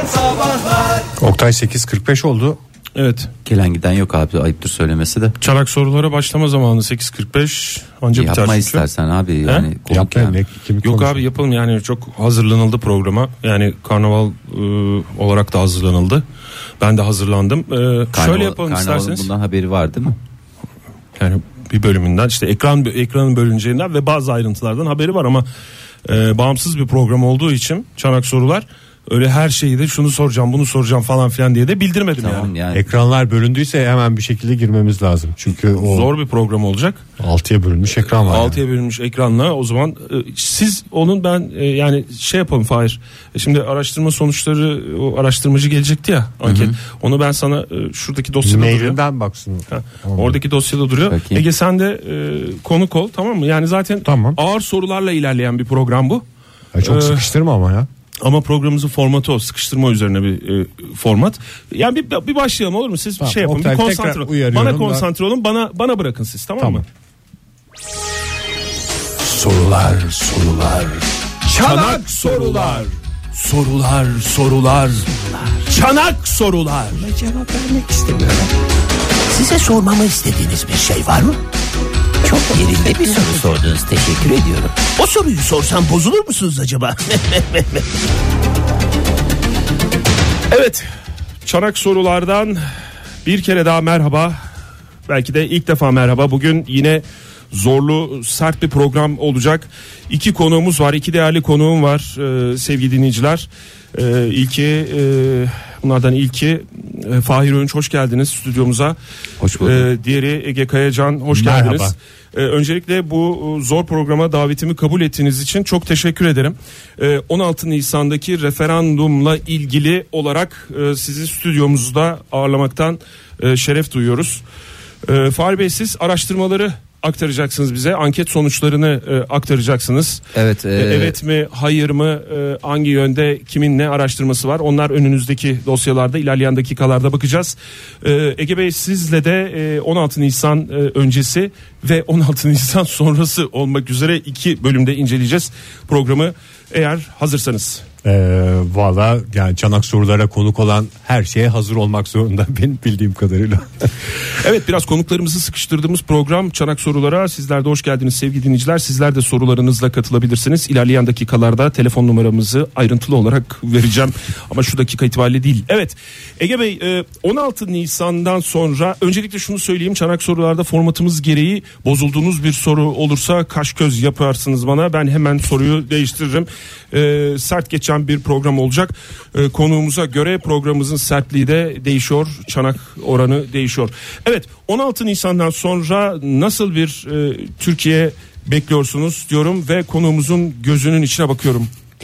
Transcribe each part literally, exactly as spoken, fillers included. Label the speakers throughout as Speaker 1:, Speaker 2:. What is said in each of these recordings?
Speaker 1: Sabahlar.
Speaker 2: Oktay sekiz kırk beş oldu.
Speaker 3: Evet.
Speaker 4: Gelen giden yok abi, ayıptır söylemesi de.
Speaker 3: Çanak sorulara başlama zamanı sekiz kırk beş ancak biter.
Speaker 4: Yapma
Speaker 3: çünkü.
Speaker 4: istersen abi yani.
Speaker 2: Yapma
Speaker 4: yani.
Speaker 3: Yok konuşalım. Abi yapalım yani, çok hazırlanıldı programa. Yani karnaval e, olarak da hazırlanıldı. Ben de hazırlandım. E,
Speaker 4: Karnaval,
Speaker 3: şöyle yapalım isterseniz.
Speaker 4: Bundan haberi var değil mi?
Speaker 3: Yani bir bölümünden işte ekran ekranın bölüneceğinden ve bazı ayrıntılardan haberi var ama e, bağımsız bir program olduğu için Çanak sorular öyle her şeyi de şunu soracağım bunu soracağım falan filan diye de bildirmedim
Speaker 4: tamam,
Speaker 3: yani.
Speaker 4: yani.
Speaker 2: Ekranlar bölündüyse hemen bir şekilde girmemiz lazım. Çünkü o
Speaker 3: zor bir program olacak.
Speaker 2: altıya bölünmüş ekran var.
Speaker 3: altıya yani. bölünmüş ekranla o zaman e, siz onun ben e, yani şey yapalım Fahir. E, şimdi araştırma sonuçları, o araştırmacı gelecekti ya anket. Hı hı. Onu ben sana e, şuradaki dosyada duruyor.
Speaker 2: Mailinden baksın.
Speaker 3: Ha, oradaki dosyada duruyor.
Speaker 4: Bakayım.
Speaker 3: Ege sen de e, konuk ol, tamam mı? Yani zaten
Speaker 2: tamam.
Speaker 3: Ağır sorularla ilerleyen bir program bu.
Speaker 2: Ya çok ee, sıkıştırma ama ya.
Speaker 3: Ama programımızın formatı o, sıkıştırma üzerine bir e, format. Yani bir, bir başlayalım olur mu? Siz tamam, bir şey yapın, bir konsantre olun. Bana konsantre olun, bana bana bırakın siz, tamam, tamam mı?
Speaker 1: Sorular, sorular.
Speaker 3: Çanak sorular. Sorular, sorular. Çanak sorular.
Speaker 1: Buna cevap vermek istemiyorum. Size sormamı istediğiniz bir şey var mı? Çok yerinde bir soru sordunuz, teşekkür ediyorum. O soruyu sorsam bozulur musunuz acaba?
Speaker 3: Evet, Çanak sorulardan bir kere daha merhaba. Belki de ilk defa merhaba. Bugün yine zorlu, sert bir program olacak. İki konuğumuz var, iki değerli konuğum var ee, sevgili dinleyiciler. Ee, ilki e, bunlardan ilki e, Fahir Öğünç, hoş geldiniz stüdyomuza.
Speaker 4: Hoş bulduk.
Speaker 3: Ee, diğeri Ege Kayacan, hoş
Speaker 2: merhaba.
Speaker 3: geldiniz. Ee, öncelikle bu zor programa davetimi kabul ettiğiniz için çok teşekkür ederim. Ee, on altı Nisan'daki referandumla ilgili olarak e, sizi stüdyomuzda ağırlamaktan e, şeref duyuyoruz. Ee, Fahri Bey, siz araştırmaları aktaracaksınız bize, anket sonuçlarını e, aktaracaksınız.
Speaker 4: Evet. E...
Speaker 3: E, evet mi, hayır mı, e, hangi yönde, kimin ne araştırması var? Onlar önünüzdeki dosyalarda ilerleyen dakikalarda bakacağız. E, Ege Bey, sizle de e, on altı Nisan e, öncesi ve on altı Nisan sonrası olmak üzere iki bölümde inceleyeceğiz programı, eğer hazırsanız.
Speaker 2: Ee, Valla yani Çanak sorulara konuk olan her şeye hazır olmak zorunda benim bildiğim kadarıyla.
Speaker 3: Evet, biraz konuklarımızı sıkıştırdığımız program Çanak sorulara. Sizler de hoş geldiniz sevgili dinleyiciler. Sizler de sorularınızla katılabilirsiniz. İlerleyen dakikalarda telefon numaramızı ayrıntılı olarak vereceğim ama şu dakika itibariyle değil. Evet Ege Bey, on altı Nisan'dan sonra öncelikle şunu söyleyeyim, Çanak sorularda formatımız gereği bozulduğunuz bir soru olursa kaş göz yaparsınız bana, ben hemen soruyu değiştiririm. Ee, sert geçen bir program olacak. Ee, konuğumuza göre programımızın sertliği de değişiyor, çanak oranı değişiyor. Evet, on altı Nisan'dan sonra nasıl bir e, Türkiye bekliyorsunuz diyorum ve konuğumuzun gözünün içine bakıyorum.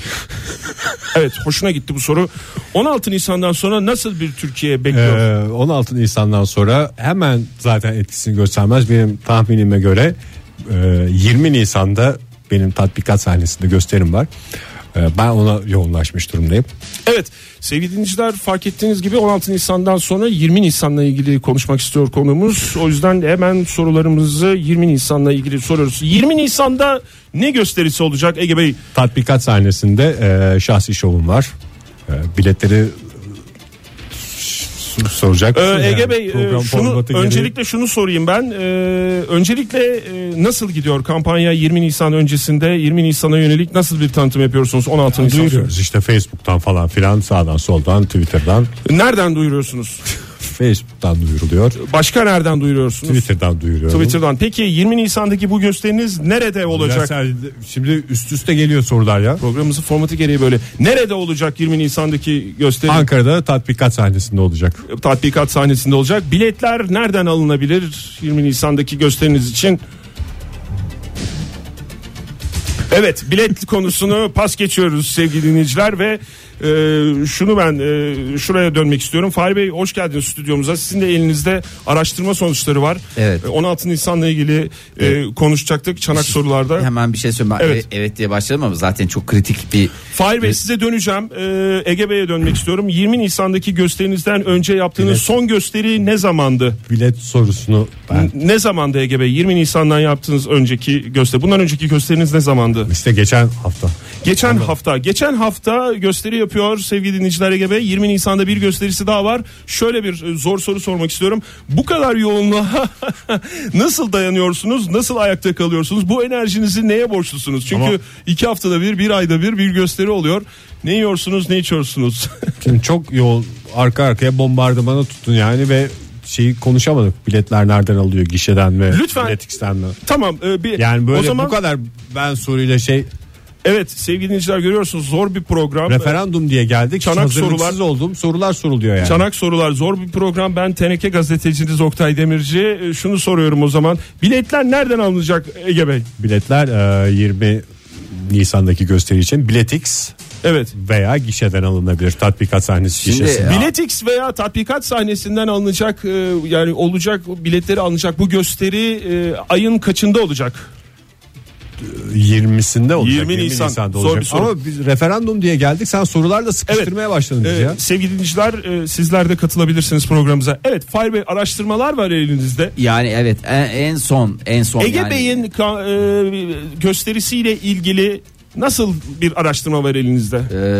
Speaker 3: Evet, hoşuna gitti bu soru. on altı Nisan'dan sonra nasıl bir Türkiye bekliyor?
Speaker 2: Ee, on altı Nisan'dan sonra hemen zaten etkisini göstermez. Benim tahminime göre e, yirmi Nisan'da benim tatbikat sahnesinde gösterim var. Ben ona yoğunlaşmış durumdayım.
Speaker 3: Evet sevgili dinleyiciler, fark ettiğiniz gibi on altı Nisan'dan sonra yirmi Nisan'la ilgili konuşmak istiyor konuğumuz. O yüzden hemen sorularımızı yirmi Nisan'la ilgili soruyoruz. yirmi Nisan'da ne gösterisi olacak Ege Bey?
Speaker 2: Tatbikat sahnesinde e, şahsi şovum var. E, biletleri soracak.
Speaker 3: Ee,
Speaker 2: yani
Speaker 3: Ege Bey, e, şunu öncelikle gereği... şunu sorayım ben. Ee, öncelikle e, nasıl gidiyor kampanya yirmi Nisan öncesinde? yirmi Nisan'a yönelik nasıl bir tanıtım yapıyorsunuz on altı Nisan?
Speaker 2: Duyuruyoruz işte Facebook'tan falan filan, sağdan soldan, Twitter'dan.
Speaker 3: Nereden duyuruyorsunuz?
Speaker 2: Facebook'tan duyuruluyor.
Speaker 3: Başka nereden duyuruyorsunuz?
Speaker 2: Twitter'dan duyuruyorum.
Speaker 3: Twitter'dan. Peki yirmi Nisan'daki bu gösteriniz nerede olacak?
Speaker 2: Ya şimdi üst üste geliyor sorular ya.
Speaker 3: Programımızın formatı gereği böyle. Nerede olacak yirmi Nisan'daki gösteri?
Speaker 2: Ankara'da tatbikat sahnesinde olacak.
Speaker 3: Tatbikat sahnesinde olacak. Biletler nereden alınabilir yirmi Nisan'daki gösteriniz için? Evet, bilet konusunu pas geçiyoruz sevgili dinleyiciler ve e, şunu ben e, şuraya dönmek istiyorum. Fahri Bey, hoş geldiniz stüdyomuza. Sizin de elinizde araştırma sonuçları var.
Speaker 4: Evet.
Speaker 3: on altı Nisan'la ilgili e, evet. konuşacaktık Çanak sorularda.
Speaker 4: Hemen bir şey söyleyeyim. Evet. evet, evet diye başladım ama zaten çok kritik bir...
Speaker 3: Fahri Bey, size döneceğim. E, Ege Bey'e dönmek istiyorum. yirmi Nisan'daki gösterinizden önce yaptığınız bilet. son gösteri ne zamandı?
Speaker 2: Bilet sorusunu ben...
Speaker 3: Ne zamandı Ege Bey? yirmi Nisan'dan yaptığınız önceki gösteri. Bundan önceki gösteriniz ne zamandı?
Speaker 2: İşte geçen hafta.
Speaker 3: Geçen
Speaker 2: Anladım.
Speaker 3: hafta, geçen hafta gösteri yapıyor sevgili dinleyiciler Ege Bey. yirmi Nisan'da bir gösterisi daha var. Şöyle bir zor soru sormak istiyorum. Bu kadar yoğunluğa nasıl dayanıyorsunuz? Nasıl ayakta kalıyorsunuz? Bu enerjinizi neye borçlusunuz? Çünkü
Speaker 2: Ama...
Speaker 3: iki haftada bir, bir ayda bir bir gösteri oluyor. Ne yiyorsunuz, ne içiyorsunuz?
Speaker 2: Şimdi çok yoğun, arka arkaya bombardımana tuttun yani ve şeyi konuşamadık. Biletler nereden alıyor, gişeden ve
Speaker 3: Lütfen.
Speaker 2: Biletix'ten mi?
Speaker 3: Tamam. E, bir,
Speaker 2: Yani böyle
Speaker 3: o zaman...
Speaker 2: bu kadar ben soruyla şey...
Speaker 3: Evet sevgili dinleyiciler, görüyorsunuz zor bir program.
Speaker 2: Referandum diye geldik.
Speaker 3: Çanak
Speaker 2: hazırlıksız
Speaker 3: sorular.
Speaker 2: olduğum sorular soruluyor yani.
Speaker 3: Çanak sorular, zor bir program. Ben teneke gazeteciniz Oktay Demirci. Şunu soruyorum o zaman. Biletler nereden alınacak Ege Bey?
Speaker 2: Biletler e, yirmi Nisan'daki gösteri için Biletix
Speaker 3: Evet.
Speaker 2: veya gişeden alınabilir. Tatbikat sahnesi
Speaker 4: Şimdi-
Speaker 2: gişesi.
Speaker 4: Ya.
Speaker 3: Biletix veya tatbikat sahnesinden alınacak, e, yani olacak biletleri alınacak bu gösteri e, ayın kaçında olacak?
Speaker 2: yirmisinde olacak.
Speaker 3: yirmi Nisan.
Speaker 2: Nisan'da
Speaker 3: Zor
Speaker 2: olacak.
Speaker 3: bir soru.
Speaker 2: Ama biz referandum diye geldik. Sen sorularla sıkıştırmaya başladın bizi
Speaker 3: Ee,
Speaker 2: ya.
Speaker 3: sevgili dinleyiciler, e, sizler de katılabilirsiniz programımıza. Evet Fahir Bey, araştırmalar var elinizde.
Speaker 4: Yani evet en, en son en son
Speaker 3: Ege
Speaker 4: yani,
Speaker 3: Bey'in ka- e, gösterisiyle ilgili nasıl bir araştırma var elinizde?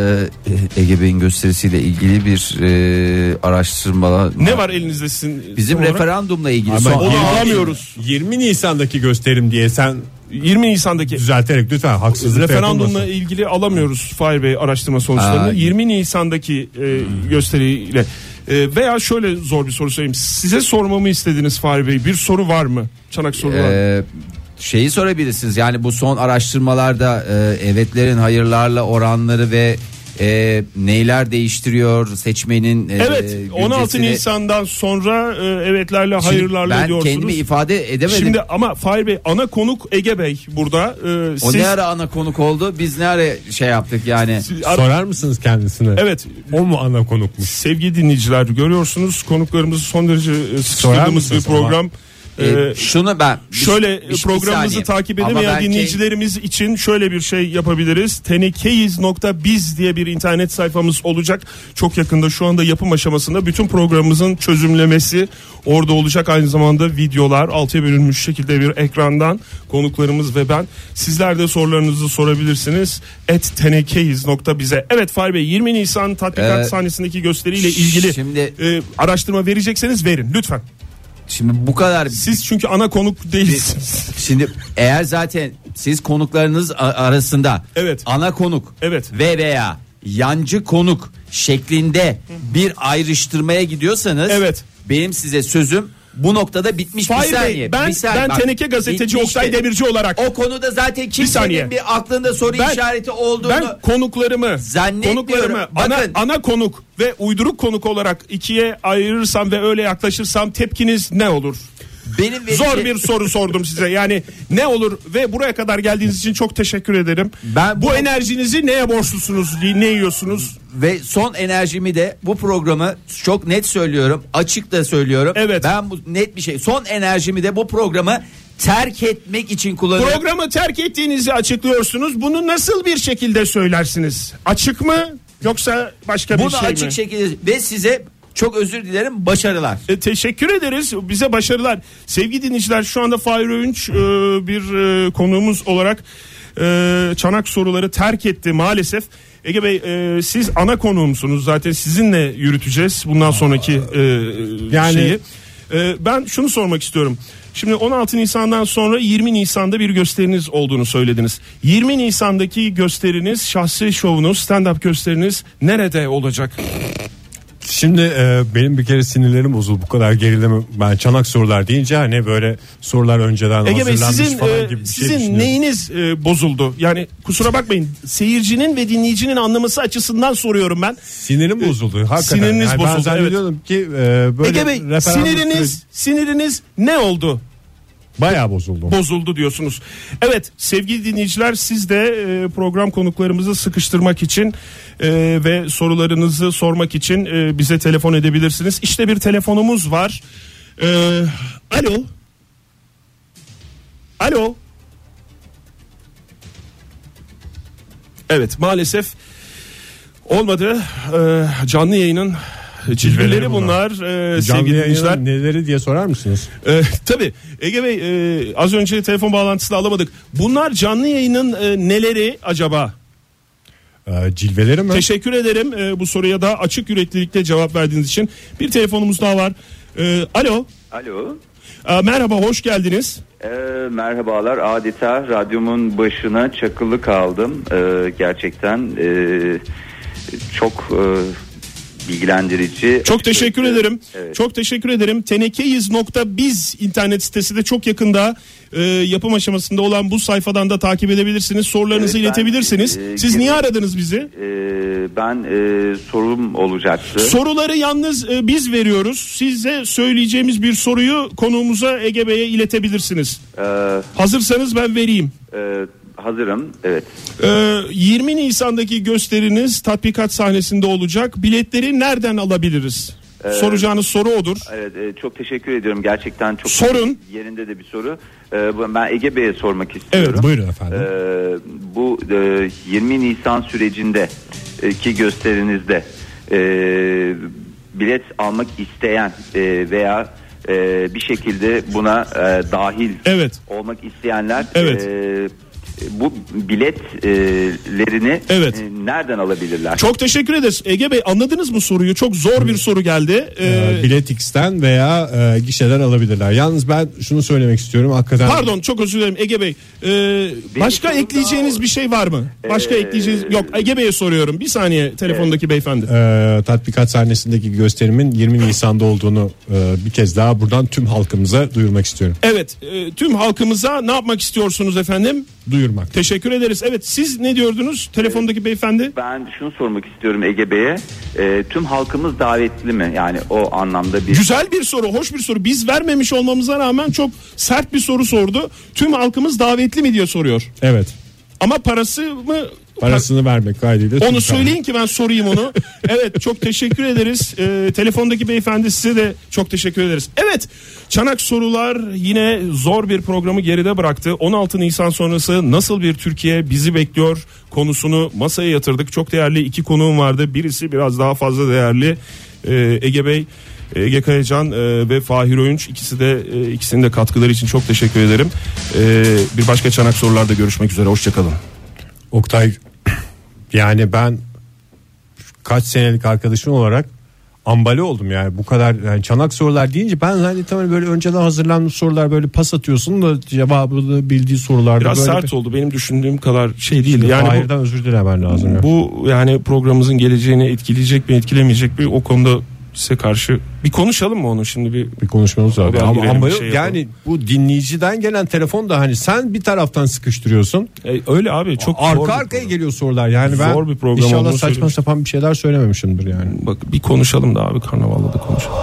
Speaker 4: e, Ege Bey'in gösterisiyle ilgili bir e, araştırma
Speaker 3: Ne var elinizde sizin?
Speaker 4: Bizim
Speaker 3: olarak?
Speaker 4: referandumla ilgili
Speaker 2: Ama
Speaker 4: son
Speaker 3: onu
Speaker 2: yirmi
Speaker 3: alamıyoruz.
Speaker 2: yirmi Nisan'daki gösterim diye sen
Speaker 3: yirmi Nisan'daki
Speaker 2: düzelterek lütfen haksızlık
Speaker 3: referandumla
Speaker 2: yapılmasın.
Speaker 3: ilgili alamıyoruz Fahir Bey araştırma sonuçlarını.
Speaker 4: Aa,
Speaker 3: yirmi Nisan'daki e, gösteriyle e, veya şöyle zor bir soru sorayım. Size sormamı istediğiniz Fahir Bey bir soru var mı? Çanak sorular.
Speaker 4: e, şeyi sorabilirsiniz. Yani bu son araştırmalarda e, evetlerin hayırlarla oranları ve e, neyler değiştiriyor seçmenin e,
Speaker 3: Evet, on altı
Speaker 4: güncesini-
Speaker 3: Nisan'dan sonra e, evetlerle
Speaker 4: Şimdi
Speaker 3: hayırlarla
Speaker 4: ben
Speaker 3: diyorsunuz.
Speaker 4: kendimi ifade edemedim.
Speaker 3: Şimdi ama Fahir Bey, ana konuk Ege Bey burada. E,
Speaker 4: o
Speaker 3: siz,
Speaker 4: ne ara ana konuk oldu? Biz ne ara şey yaptık yani?
Speaker 3: Ar-
Speaker 2: Sorar mısınız kendisine?
Speaker 3: Evet.
Speaker 2: O mu ana konukmuş?
Speaker 3: Sevgili dinleyiciler, görüyorsunuz konuklarımızı son derece e, sıkıştırdığımız bir
Speaker 2: mısınız ama?
Speaker 3: program.
Speaker 4: E,
Speaker 3: E,
Speaker 4: şunu ben
Speaker 3: Şöyle
Speaker 4: bir- bir
Speaker 3: programımızı
Speaker 4: saniye.
Speaker 3: takip
Speaker 4: Ama
Speaker 3: edemeyen
Speaker 4: ben
Speaker 3: dinleyicilerimiz için şöyle bir şey yapabiliriz. tenekeyiz nokta biz diye bir internet sayfamız olacak. Çok yakında, şu anda yapım aşamasında, bütün programımızın çözümlemesi orada olacak. Aynı zamanda videolar altıya bölünmüş şekilde bir ekrandan konuklarımız ve ben. Sizler de sorularınızı sorabilirsiniz. et tenekeyiz nokta bize. Evet Fahri Bey, yirmi Nisan tatbikat
Speaker 4: Ee,
Speaker 3: sahnesindeki gösteriyle ilgili
Speaker 4: şimdi-
Speaker 3: e, araştırma verecekseniz verin lütfen.
Speaker 4: Şimdi bu kadar
Speaker 3: Siz çünkü ana konuk değilsiniz.
Speaker 4: şimdi eğer zaten siz konuklarınız a- arasında
Speaker 3: Evet.
Speaker 4: ana konuk
Speaker 3: Evet.
Speaker 4: ve veya yancı konuk şeklinde bir ayrıştırmaya gidiyorsanız
Speaker 3: Evet.
Speaker 4: benim size sözüm bu noktada bitmiş.
Speaker 3: Fahir
Speaker 4: bir saniye.
Speaker 3: Bey, ben,
Speaker 4: bir saniye.
Speaker 3: ben
Speaker 4: Bak,
Speaker 3: teneke gazeteci
Speaker 4: bitmişti.
Speaker 3: Oktay Demirci olarak
Speaker 4: O konuda zaten
Speaker 3: saniye.
Speaker 4: kimsenin bir aklında soru
Speaker 3: Ben-
Speaker 4: işareti olduğunu
Speaker 3: ben konuklarımı
Speaker 4: zannetmiyorum.
Speaker 3: konuklarımı ana,
Speaker 4: Bakın.
Speaker 3: ana konuk ve uyduruk konuk olarak ikiye ayırırsam ve öyle yaklaşırsam tepkiniz ne olur?
Speaker 4: benim vereceğim-
Speaker 3: Zor bir soru sordum size. Yani ne olur ve buraya kadar geldiğiniz için çok teşekkür ederim.
Speaker 4: Ben
Speaker 3: bu
Speaker 4: bu-
Speaker 3: enerjinizi neye borçlusunuz? Ne yiyorsunuz?
Speaker 4: Ve son enerjimi de bu programı çok net söylüyorum, açık da söylüyorum.
Speaker 3: Evet.
Speaker 4: Ben bu net bir şey. Son enerjimi de bu programı terk etmek için kullanıyorum.
Speaker 3: Programı terk ettiğinizi açıklıyorsunuz. Bunu nasıl bir şekilde söylersiniz? Açık mı yoksa başka bir
Speaker 4: Bunu
Speaker 3: şey
Speaker 4: açık
Speaker 3: mi?
Speaker 4: şekilde ve size çok özür dilerim, başarılar.
Speaker 3: E, teşekkür ederiz. Bize başarılar. Sevgili dinleyiciler, şu anda Fahir Öğünç e, bir e, konuğumuz olarak e, çanak soruları terk etti maalesef. Ege Bey, e, siz ana konuğumsunuz, zaten sizinle yürüteceğiz bundan sonraki e,
Speaker 2: Yani-
Speaker 3: şeyi. E, ben şunu sormak istiyorum. Şimdi on altı Nisan'dan sonra yirmi Nisan'da bir gösteriniz olduğunu söylediniz. yirmi Nisan'daki gösteriniz, şahsi şovunuz, stand-up gösteriniz nerede olacak?
Speaker 2: Şimdi e, benim bir kere sinirlerim bozuldu, bu kadar gerildim. Ben çanak sorular deyince hani böyle sorular önceden
Speaker 3: Ege Bey,
Speaker 2: hazırlanmış
Speaker 3: sizin
Speaker 2: falan
Speaker 3: e,
Speaker 2: gibi bir şey
Speaker 3: sizin
Speaker 2: düşünüyorum.
Speaker 3: neyiniz e, bozuldu? Yani kusura bakmayın, seyircinin ve dinleyicinin anlaması açısından soruyorum ben.
Speaker 2: Sinirim bozuldu. Hakikaten.
Speaker 3: Siniriniz
Speaker 2: Yani
Speaker 3: bozuldu,
Speaker 2: Ben zannediyordum ki e, böyle
Speaker 3: Ege Bey,
Speaker 2: referandum
Speaker 3: siniriniz
Speaker 2: süreci-
Speaker 3: siniriniz ne oldu?
Speaker 2: bayağı bozuldu.
Speaker 3: Bozuldu diyorsunuz. Evet sevgili dinleyiciler, siz de e, program konuklarımızı sıkıştırmak için e, ve sorularınızı sormak için e, bize telefon edebilirsiniz. İşte bir telefonumuz var. E, alo. Alo. Evet, maalesef olmadı. E, canlı yayının cilveleri bunlar, e,
Speaker 2: Canlı
Speaker 3: sevgili dinleyiciler.
Speaker 2: yayının neleri diye sorar mısınız?
Speaker 3: Ee, tabii Ege Bey, e, az önce telefon bağlantısını alamadık. Bunlar canlı yayının e, neleri acaba?
Speaker 2: e, cilveleri mi?
Speaker 3: Teşekkür ederim e, bu soruya da açık yüreklilikle cevap verdiğiniz için. Bir telefonumuz daha var. E, alo.
Speaker 5: Alo.
Speaker 3: E, merhaba, hoş geldiniz.
Speaker 5: Ee, merhabalar. Adeta radyomun başına çakılı kaldım. Ee, gerçekten e, çok e, bilgilendirici.
Speaker 3: Çok teşekkür
Speaker 5: Açıkçası.
Speaker 3: ederim.
Speaker 5: Evet.
Speaker 3: Çok teşekkür ederim. tenekeyiz nokta biz internet sitesi de çok yakında e, yapım aşamasında olan bu sayfadan da takip edebilirsiniz. Sorularınızı
Speaker 5: Evet, ben,
Speaker 3: iletebilirsiniz.
Speaker 5: e,
Speaker 3: Siz
Speaker 5: gibi-
Speaker 3: niye aradınız bizi?
Speaker 5: Ee, ben e, sorum olacaktı.
Speaker 3: Soruları yalnız e, biz veriyoruz. Size söyleyeceğimiz bir soruyu konuğumuza Ege Bey'e iletebilirsiniz.
Speaker 5: Ee,
Speaker 3: Hazırsanız ben vereyim.
Speaker 5: e, hazırım. Evet.
Speaker 3: Ee, yirmi Nisan'daki gösteriniz tatbikat sahnesinde olacak. Biletleri nereden alabiliriz? Soracağınız soru odur.
Speaker 5: Evet, e, çok teşekkür ediyorum. Gerçekten çok
Speaker 3: Sorun.
Speaker 5: yerinde de bir soru. Ee, bu- ben Ege Bey'e sormak istiyorum.
Speaker 3: Evet,
Speaker 2: Buyurun efendim.
Speaker 5: Ee, bu e, yirmi Nisan sürecinde e, ki gösterinizde e, bilet almak isteyen e, veya e, bir şekilde buna e, dahil
Speaker 3: Evet.
Speaker 5: olmak isteyenler
Speaker 3: Evet.
Speaker 5: e, bu biletlerini
Speaker 3: Evet.
Speaker 5: e, nereden alabilirler?
Speaker 3: Çok teşekkür ederiz. Ege Bey, anladınız mı soruyu? Çok zor bir soru geldi. Ee,
Speaker 2: E, Bilet X'ten veya e, gişeden alabilirler. Yalnız ben şunu söylemek istiyorum. Hakikaten
Speaker 3: Pardon, çok özür dilerim Ege Bey. Ee, başka
Speaker 5: sorum
Speaker 3: ekleyeceğiniz
Speaker 5: daha-
Speaker 3: bir şey var mı? Başka
Speaker 5: Ee,
Speaker 3: ekleyeceğiniz yok. Ege Bey'e soruyorum. Bir saniye telefondaki beyefendi.
Speaker 2: e, tatbikat sahnesindeki gösterimin yirmi Nisan'da olduğunu e, bir kez daha buradan tüm halkımıza duyurmak istiyorum.
Speaker 3: Evet, e, tüm halkımıza ne yapmak istiyorsunuz efendim?
Speaker 2: Duyurmak.
Speaker 3: Teşekkür ederiz. Evet, siz ne diyordunuz telefondaki beyefendi?
Speaker 5: Ben şunu sormak istiyorum Ege Bey'e. E, tüm halkımız davetli mi? Yani o anlamda bir...
Speaker 3: Güzel bir soru, hoş bir soru. Biz vermemiş olmamıza rağmen çok sert bir soru sordu. Tüm halkımız davetli mi diye soruyor.
Speaker 2: Evet.
Speaker 3: Ama parası mı?
Speaker 2: Parasını vermek kaydıyla.
Speaker 3: Onu
Speaker 2: tüm
Speaker 3: söyleyin ki ben sorayım onu. Evet, çok teşekkür ederiz. Ee, telefondaki beyefendi, size de çok teşekkür ederiz. Evet, Çanak Sorular yine zor bir programı geride bıraktı. on altı Nisan sonrası nasıl bir Türkiye bizi bekliyor konusunu masaya yatırdık. Çok değerli iki konuğum vardı. Birisi biraz daha fazla değerli, ee, Ege Bey, Ege Kayacan e, ve Fahir Öğünç. İkisi de e, ikisinin de katkıları için çok teşekkür ederim. E, bir başka Çanak Sorular'da görüşmek üzere. Hoşçakalın.
Speaker 2: Oktay, yani ben kaç senelik arkadaşın olarak ambale oldum yani. Bu kadar yani Çanak Sorular deyince ben zannettim hani böyle önceden hazırlanmış sorular, böyle pas atıyorsun da cevabını bildiği sorularda
Speaker 3: Biraz
Speaker 2: böyle
Speaker 3: sert
Speaker 2: bir...
Speaker 3: oldu. Benim düşündüğüm kadar şey değil. Yani
Speaker 2: Fahir'den
Speaker 3: bu,
Speaker 2: özür dilemen lazım. ya.
Speaker 3: bu yani programımızın geleceğini etkileyecek mi etkilemeyecek mi, o konuda size karşı bir konuşalım mı onu şimdi bir
Speaker 2: Bir konuşmamız lazım.
Speaker 3: Oradan
Speaker 2: Ama,
Speaker 3: girelim,
Speaker 2: ama
Speaker 3: bir şey
Speaker 2: yani bu dinleyiciden gelen telefon da hani sen bir taraftan sıkıştırıyorsun.
Speaker 3: E, öyle abi, çok zor
Speaker 2: Arka
Speaker 3: bir
Speaker 2: arkaya
Speaker 3: program.
Speaker 2: geliyor sorular. Yani ben
Speaker 3: Zor bir program
Speaker 2: inşallah
Speaker 3: olduğunu
Speaker 2: saçma
Speaker 3: söylemiştim.
Speaker 2: sapan bir şeyler söylememişimdir yani.
Speaker 3: Bak bir konuşalım da abi, karnavalda da konuşalım.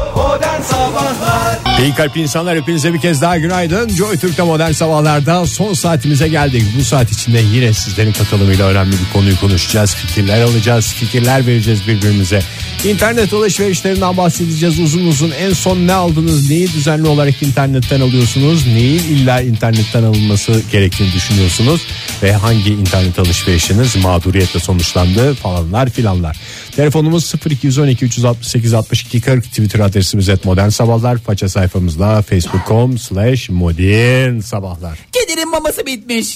Speaker 2: İyi kalpli insanlar, hepinize bir kez daha günaydın. Joy Türk'te modern sabahlarda son saatimize geldik. Bu saat içinde yine sizlerin katılımıyla önemli bir konuyu konuşacağız. Fikirler alacağız, fikirler vereceğiz birbirimize. İnternet alışverişlerinden bahsedeceğiz uzun uzun. En son ne aldınız, neyi düzenli olarak internetten alıyorsunuz, neyin illa internetten alınması gerektiğini düşünüyorsunuz ve hangi internet alışverişiniz mağduriyetle sonuçlandı falanlar filanlar. Telefonumuz sıfır iki on iki üç altı sekiz altmış iki kırk, Twitter adresimiz et modern sabahlar, faça sayfamızda facebook nokta com slash modern sabahlar.
Speaker 4: Kedinin maması bitmiş.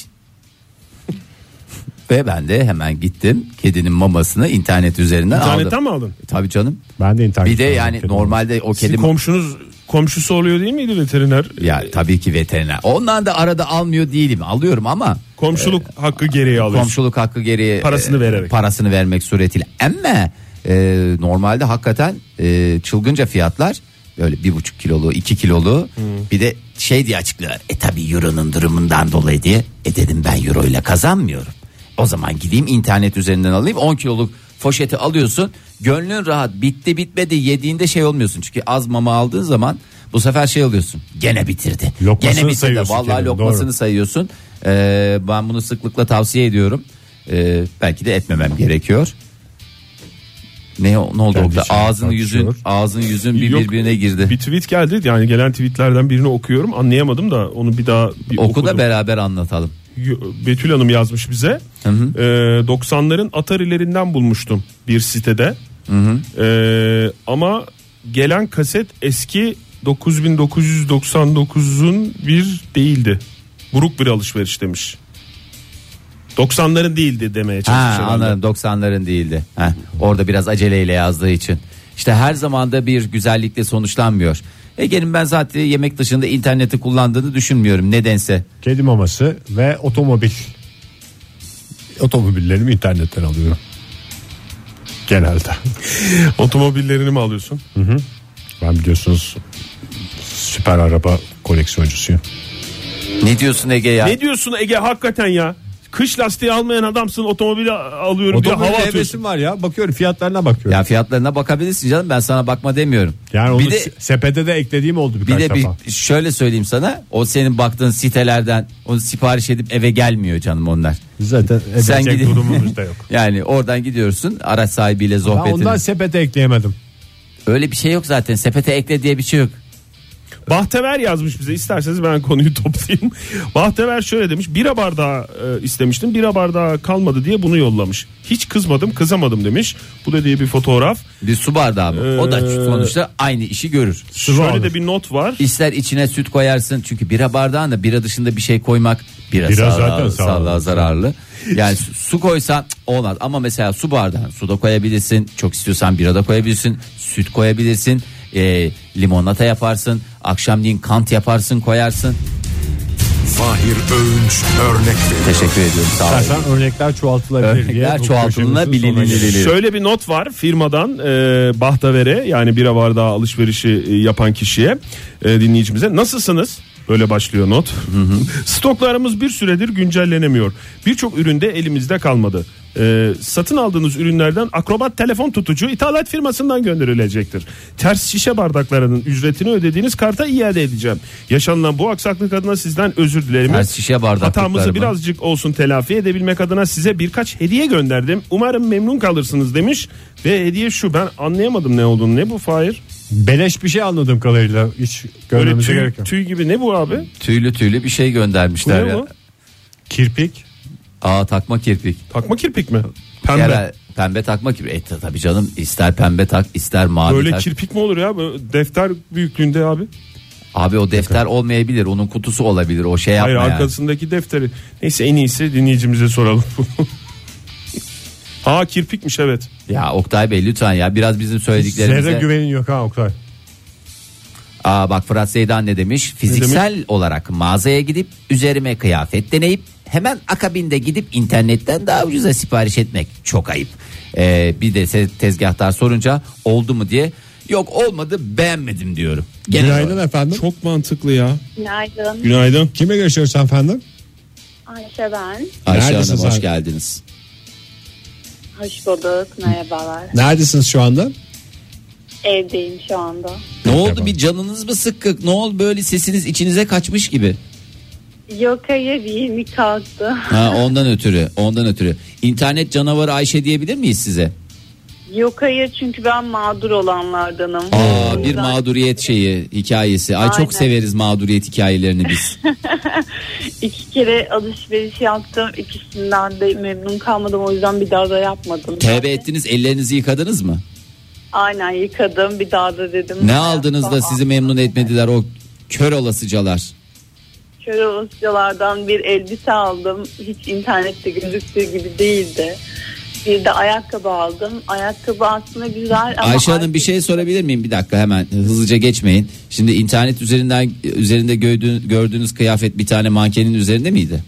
Speaker 4: Ve ben de hemen gittim kedinin mamasını internet üzerinden
Speaker 3: İnternetten
Speaker 4: aldım.
Speaker 3: mi aldın?
Speaker 4: Tabii canım.
Speaker 2: Ben de internet.
Speaker 4: Bir de yani normalde o
Speaker 3: Sizin
Speaker 4: kedi
Speaker 3: komşunuz komşusu oluyor değil miydi veteriner?
Speaker 4: ya tabii ki veteriner. Ondan da arada almıyor değilim. Alıyorum ama
Speaker 3: Komşuluk hakkı gereği alıyorsun.
Speaker 4: komşuluk hakkı gereği
Speaker 3: Parasını
Speaker 4: e,
Speaker 3: vererek.
Speaker 4: parasını vermek suretiyle. Ama e, normalde hakikaten e, çılgınca fiyatlar. Böyle bir buçuk kilolu, iki kilolu. Bir de şey diye açıklıyorlar. E tabi euronun durumundan dolayı diye. E dedim ben euro ile kazanmıyorum. O zaman gideyim internet üzerinden alayım. on kiloluk poşeti alıyorsun. Gönlün rahat, bitti bitmedi yediğinde şey olmuyorsun. Çünkü az mama aldığın zaman bu sefer şey oluyorsun. Gene bitirdi.
Speaker 2: Lokmasını
Speaker 4: Gene bitirdi.
Speaker 2: sayıyorsun
Speaker 4: Vallahi
Speaker 2: kendin,
Speaker 4: lokmasını
Speaker 2: doğru.
Speaker 4: sayıyorsun. Ee, ben bunu sıklıkla tavsiye ediyorum. Ee, belki de etmemem gerekiyor. Ne, ne oldu
Speaker 2: Kendi
Speaker 4: orada?
Speaker 2: içine
Speaker 4: Ağzın yüzün,
Speaker 2: tartışıyor.
Speaker 4: ağzın yüzün bir
Speaker 3: Yok,
Speaker 4: birbirine girdi.
Speaker 3: Bir tweet geldi, yani gelen tweetlerden birini okuyorum, anlayamadım da onu bir daha bir
Speaker 4: Oku
Speaker 3: okudum.
Speaker 4: da beraber anlatalım.
Speaker 3: Betül Hanım yazmış bize.
Speaker 4: Hı hı.
Speaker 3: Ee, doksanların Atari'lerinden bulmuştum bir sitede.
Speaker 4: Hı hı.
Speaker 3: Ee, ama gelen kaset eski dokuz bin dokuz yüz doksan dokuzun bir değildi. Buruk bir alışveriş demiş. doksanların değildi demeye
Speaker 4: Ha,
Speaker 3: çalışmış.
Speaker 4: anladım, doksanların değildi. Heh, orada biraz aceleyle yazdığı için. İşte her zaman da bir güzellikle sonuçlanmıyor. Ege'nin ben zaten yemek dışında interneti kullandığını düşünmüyorum nedense.
Speaker 2: Kedi maması ve otomobil. Otomobillerimi internetten alıyorum. Genelde.
Speaker 3: Otomobillerini mi alıyorsun?
Speaker 2: Hı hı. Ben biliyorsunuz süper araba koleksiyoncusuyum.
Speaker 4: Ne diyorsun Ege ya?
Speaker 3: Ne diyorsun Ege hakikaten ya? Kış lastiği almayan adamsın, otomobili alıyorum diye
Speaker 2: Otomobil
Speaker 3: hava atıyorsun.
Speaker 2: hevesim var ya. Bakıyorum fiyatlarına bakıyorum.
Speaker 4: Ya fiyatlarına bakabilirsin canım, ben sana bakma demiyorum.
Speaker 2: Yani onu
Speaker 4: bir de,
Speaker 2: sepete de eklediğim oldu birkaç
Speaker 4: bir de
Speaker 2: defa.
Speaker 4: bir, şöyle söyleyeyim sana, o senin baktığın sitelerden onu sipariş edip eve gelmiyor canım onlar.
Speaker 2: Zaten
Speaker 4: Sen
Speaker 2: edecek
Speaker 4: gidin.
Speaker 2: durumumuz da yok.
Speaker 4: Yani oradan gidiyorsun araç sahibiyle
Speaker 2: Ben
Speaker 4: sohbetini.
Speaker 2: ondan sepete ekleyemedim.
Speaker 4: Öyle bir şey yok zaten, sepete ekle diye bir şey yok.
Speaker 3: Bahtever yazmış bize, isterseniz ben konuyu toplayayım. Bahtever şöyle demiş: bira bardağı e, istemiştim, bira bardağı kalmadı diye bunu yollamış. Hiç kızmadım, kızamadım demiş. Bu da diye bir fotoğraf.
Speaker 4: Bir su bardağı mı?
Speaker 3: Ee,
Speaker 4: O da sonuçta aynı işi görür.
Speaker 3: Şöyle
Speaker 2: alır.
Speaker 3: de bir not var.
Speaker 4: İster içine süt koyarsın, çünkü bira bardağında bira dışında bir şey koymak bira,
Speaker 2: Bira
Speaker 4: sağlığa,
Speaker 2: zaten sağlığa
Speaker 4: sağlığa zararlı. Yani su, su koysan cık, olmaz, ama mesela su bardağı su da koyabilirsin, çok istiyorsan bira da koyabilirsin, süt koyabilirsin, e, limonata yaparsın, akşamleyin kant yaparsın, koyarsın.
Speaker 6: Fahir Öğünç örnek veriyor.
Speaker 4: Teşekkür ediyorum, sağ olun.
Speaker 2: İstersen örnekler çoğaltılabilir diye.
Speaker 4: Örnekler
Speaker 2: bu
Speaker 4: çoğaltılabilir.
Speaker 2: köşemizin sonuna geldik.
Speaker 3: Şöyle bir not var firmadan e, Bahtaver'e, yani bira bardağı alışverişi e, yapan kişiye, e, dinleyicimize. Nasılsınız? Böyle başlıyor not. Stoklarımız bir süredir güncellenemiyor. Birçok üründe elimizde kalmadı. Ee, satın aldığınız ürünlerden akrobat telefon tutucu ithalat firmasından gönderilecektir. Ters şişe bardaklarının ücretini ödediğiniz karta iade edeceğim. Yaşanılan bu aksaklık adına sizden özür dilerim.
Speaker 4: Ters şişe bardaklıklar
Speaker 3: Hatamızı
Speaker 4: mı?
Speaker 3: birazcık olsun telafi edebilmek adına size birkaç hediye gönderdim. Umarım memnun kalırsınız demiş. Ve hediye şu, ben anlayamadım ne olduğunu. Ne bu Fahir?
Speaker 2: Beleş bir şey anladığım kadarıyla, hiç
Speaker 3: Böyle
Speaker 2: görmemize
Speaker 3: tüy,
Speaker 2: gerek yok.
Speaker 3: tüy gibi, ne bu abi?
Speaker 4: Tüylü tüylü bir şey göndermişler
Speaker 3: Bu ne
Speaker 4: ya.
Speaker 3: bu?
Speaker 2: Kirpik.
Speaker 4: Aa, takma kirpik.
Speaker 3: Takma kirpik mi? Pembe.
Speaker 4: Yara- pembe takma kirpik. E, tabii canım, ister pembe tak ister mavi
Speaker 3: Böyle
Speaker 4: tak.
Speaker 3: kirpik mi olur ya? Böyle defter büyüklüğünde abi.
Speaker 4: Abi o defter olmayabilir, onun kutusu olabilir, o şey yapma
Speaker 3: Hayır,
Speaker 4: yani.
Speaker 3: arkasındaki defteri. Neyse, en iyisi dinleyicimize soralım. Ha, kirpikmiş, evet.
Speaker 4: Ya Oktay Bey lütfen ya, biraz bizim söylediklerimize.
Speaker 2: Zerre güvenin yok ha Oktay.
Speaker 4: Aa, bak Fırat Zeydan ne demiş? Fiziksel olarak mağazaya gidip üzerime kıyafet deneyip hemen akabinde gidip internetten daha ucuza sipariş etmek çok ayıp. Ee, bir de se- tezgahtar sorunca oldu mu diye, yok olmadı, beğenmedim diyorum. Genel
Speaker 2: Günaydın
Speaker 4: olarak.
Speaker 2: efendim.
Speaker 3: Çok mantıklı ya.
Speaker 7: Günaydın.
Speaker 3: Günaydın.
Speaker 2: Kime görüşüyoruz efendim?
Speaker 7: Ayşe ben.
Speaker 4: Ayşe
Speaker 2: Neredesiniz
Speaker 4: Hanım, hoş
Speaker 2: abi?
Speaker 4: geldiniz.
Speaker 7: Hoş bulduk. Merhabalar.
Speaker 2: Neredesiniz şu anda?
Speaker 7: Evdeyim şu anda.
Speaker 4: Ne oldu,
Speaker 2: Merhaba.
Speaker 4: bir canınız mı sıkkık? Ne oldu, böyle sesiniz içinize kaçmış gibi?
Speaker 7: Yok hayır, yeni kalktı.
Speaker 4: Ha, ondan ötürü, ondan ötürü. İnternet canavarı Ayşe diyebilir miyiz size?
Speaker 7: Yok hayır, çünkü ben mağdur olanlardanım.
Speaker 4: Aa,
Speaker 7: O
Speaker 4: bir
Speaker 7: yüzden
Speaker 4: mağduriyet şeyi, hikayesi. Ay,
Speaker 7: Aynen.
Speaker 4: çok severiz mağduriyet hikayelerini biz.
Speaker 7: iki kere alışveriş yaptım. İkisinden de memnun kalmadım. O yüzden bir daha da yapmadım.
Speaker 4: Tevbe ettiniz, ellerinizi yıkadınız mı?
Speaker 7: Aynen, yıkadım. Bir daha da dedim.
Speaker 4: Ne aldınız da sizi memnun etmediler o kör olasıcalar?
Speaker 7: Şöyle olasıcalardan bir elbise aldım. Hiç internette gözüktüğü gibi değildi. Bir de ayakkabı aldım. Ayakkabı aslında güzel ama...
Speaker 4: Ayşe Hanım, bir şey sorabilir miyim? Bir dakika, hemen hızlıca geçmeyin. Şimdi internet üzerinden üzerinde gördüğünüz, gördüğünüz kıyafet bir tane mankenin üzerinde miydi?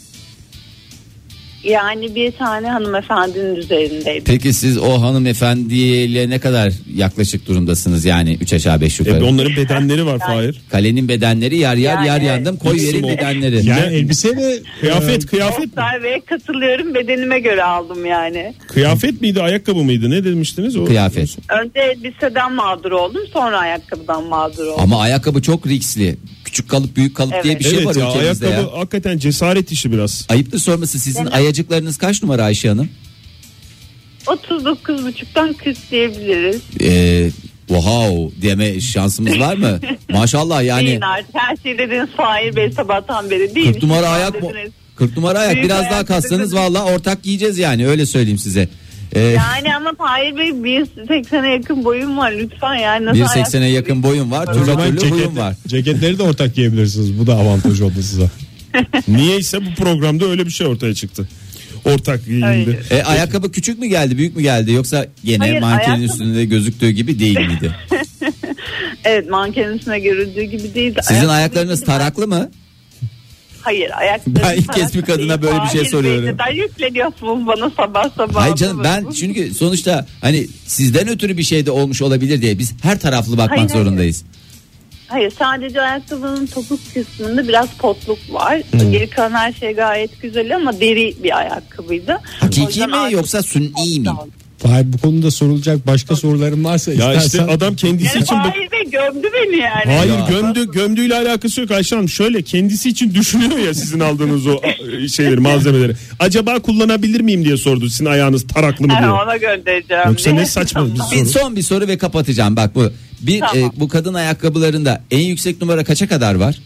Speaker 7: Yani bir tane hanımefendinin üzerindeydi.
Speaker 4: Peki siz o hanımefendiyle ne kadar yaklaşık durumdasınız? Yani üç aşağı beş
Speaker 3: E,
Speaker 4: yukarı.
Speaker 3: onların bedenleri var Fahir.
Speaker 4: Kalenin bedenleri yer yer
Speaker 7: Yani
Speaker 4: yer
Speaker 7: evet.
Speaker 4: yandım, koy
Speaker 3: İkisi
Speaker 4: verin
Speaker 3: bu.
Speaker 4: bedenleri.
Speaker 2: Yani
Speaker 3: Ne?
Speaker 2: elbise mi?
Speaker 3: Kıyafet, kıyafet mi?
Speaker 7: Oktay Bey'e katılıyorum, bedenime göre aldım yani.
Speaker 3: Kıyafet miydi, ayakkabı mıydı? Ne demiştiniz? O,
Speaker 4: Kıyafet.
Speaker 7: Önce elbiseden mağdur oldum, sonra ayakkabıdan mağdur oldum.
Speaker 4: Ama ayakkabı çok riskli. Küçük kalıp büyük kalıp
Speaker 7: Evet.
Speaker 4: diye bir şey
Speaker 3: Evet
Speaker 4: var
Speaker 3: ya,
Speaker 4: ülkemizde
Speaker 3: ayakkabı
Speaker 4: ya.
Speaker 3: hakikaten cesaret işi biraz.
Speaker 4: Ayıptır sorması, sizin ayacıklarınız kaç numara Ayşe Hanım?
Speaker 7: otuz dokuz buçuktan kırk diyebiliriz.
Speaker 4: Ee, wow deme şansımız var mı? Maşallah yani.
Speaker 7: Değil artık, her şey dediniz Fahir Bey sabahtan beri. Değil,
Speaker 4: kırk numara
Speaker 7: şimdi
Speaker 4: ayak mı?
Speaker 7: dediniz.
Speaker 4: kırk numara ayak,
Speaker 7: Büyük
Speaker 4: biraz
Speaker 7: ayak
Speaker 4: daha kassanız
Speaker 7: dediniz.
Speaker 4: valla ortak yiyeceğiz yani, öyle söyleyeyim size. Ee,
Speaker 7: Yani ama Fahir Bey bir seksene yakın boyum var lütfen yani. Nasıl
Speaker 4: bir seksene
Speaker 7: ayakkabı-
Speaker 4: yakın boyum var.
Speaker 2: O
Speaker 4: Türlü
Speaker 2: zaman
Speaker 4: türlü huyum
Speaker 2: ceket,
Speaker 4: var.
Speaker 2: ceketleri de ortak giyebilirsiniz. Bu da avantaj oldu size.
Speaker 3: Niyeyse bu programda öyle bir şey ortaya çıktı. ortak giyindi.
Speaker 7: Hayır.
Speaker 4: E, ayakkabı küçük mü geldi, büyük mü geldi, yoksa gene
Speaker 7: Hayır,
Speaker 4: mankenin
Speaker 7: ayakkabı-
Speaker 4: üstünde gözüktüğü gibi değil miydi?
Speaker 7: Evet, mankenin üstüne görüldüğü gibi değil.
Speaker 4: Sizin
Speaker 7: Ayakkabı
Speaker 4: ayaklarınız
Speaker 7: için ben-
Speaker 4: taraklı mı?
Speaker 7: Hayır, ayaklarım
Speaker 4: Ben ilk kez
Speaker 7: taraklı
Speaker 4: bir kadına
Speaker 7: değil.
Speaker 4: böyle bir şey
Speaker 7: Hayır,
Speaker 4: soruyorum.
Speaker 7: Bey, neden yükleniyorsunuz bana sabah sabah?
Speaker 4: Hayır canım, ben çünkü sonuçta hani sizden ötürü bir şey de olmuş olabilir diye biz her taraflı bakmak
Speaker 7: Hayır, hayır.
Speaker 4: zorundayız.
Speaker 7: Hayır, sadece ayakkabının topuk kısmında biraz potluk var. Geri kalan her şey gayet güzel ama deri bir ayakkabıydı. O
Speaker 4: Hakiki
Speaker 7: yüzden
Speaker 4: mi
Speaker 7: artık
Speaker 4: yoksa sünni mi?
Speaker 2: Fahir, bu konuda sorulacak başka sorularım varsa
Speaker 3: Ya
Speaker 2: istersen.
Speaker 3: işte adam kendisi
Speaker 7: Yani
Speaker 3: için bak-
Speaker 7: Fahir Bey gömdü beni yani.
Speaker 3: Hayır,
Speaker 4: Ya.
Speaker 3: gömdü gömdüğüyle alakası yok Ayşe Hanım. Şöyle, kendisi için düşünüyor ya sizin aldığınız o a, şeyleri, malzemeleri. Acaba kullanabilir miyim diye sordu, sizin ayağınız taraklı mı
Speaker 7: Yani
Speaker 3: diye.
Speaker 7: ona göndereceğim.
Speaker 3: Yoksa
Speaker 7: diye.
Speaker 3: ne saçma bir
Speaker 7: Tamam.
Speaker 4: Bir son bir soru ve kapatacağım. Bak bu bir
Speaker 7: Tamam.
Speaker 4: e, bu kadın ayakkabılarında en yüksek numara kaça kadar var?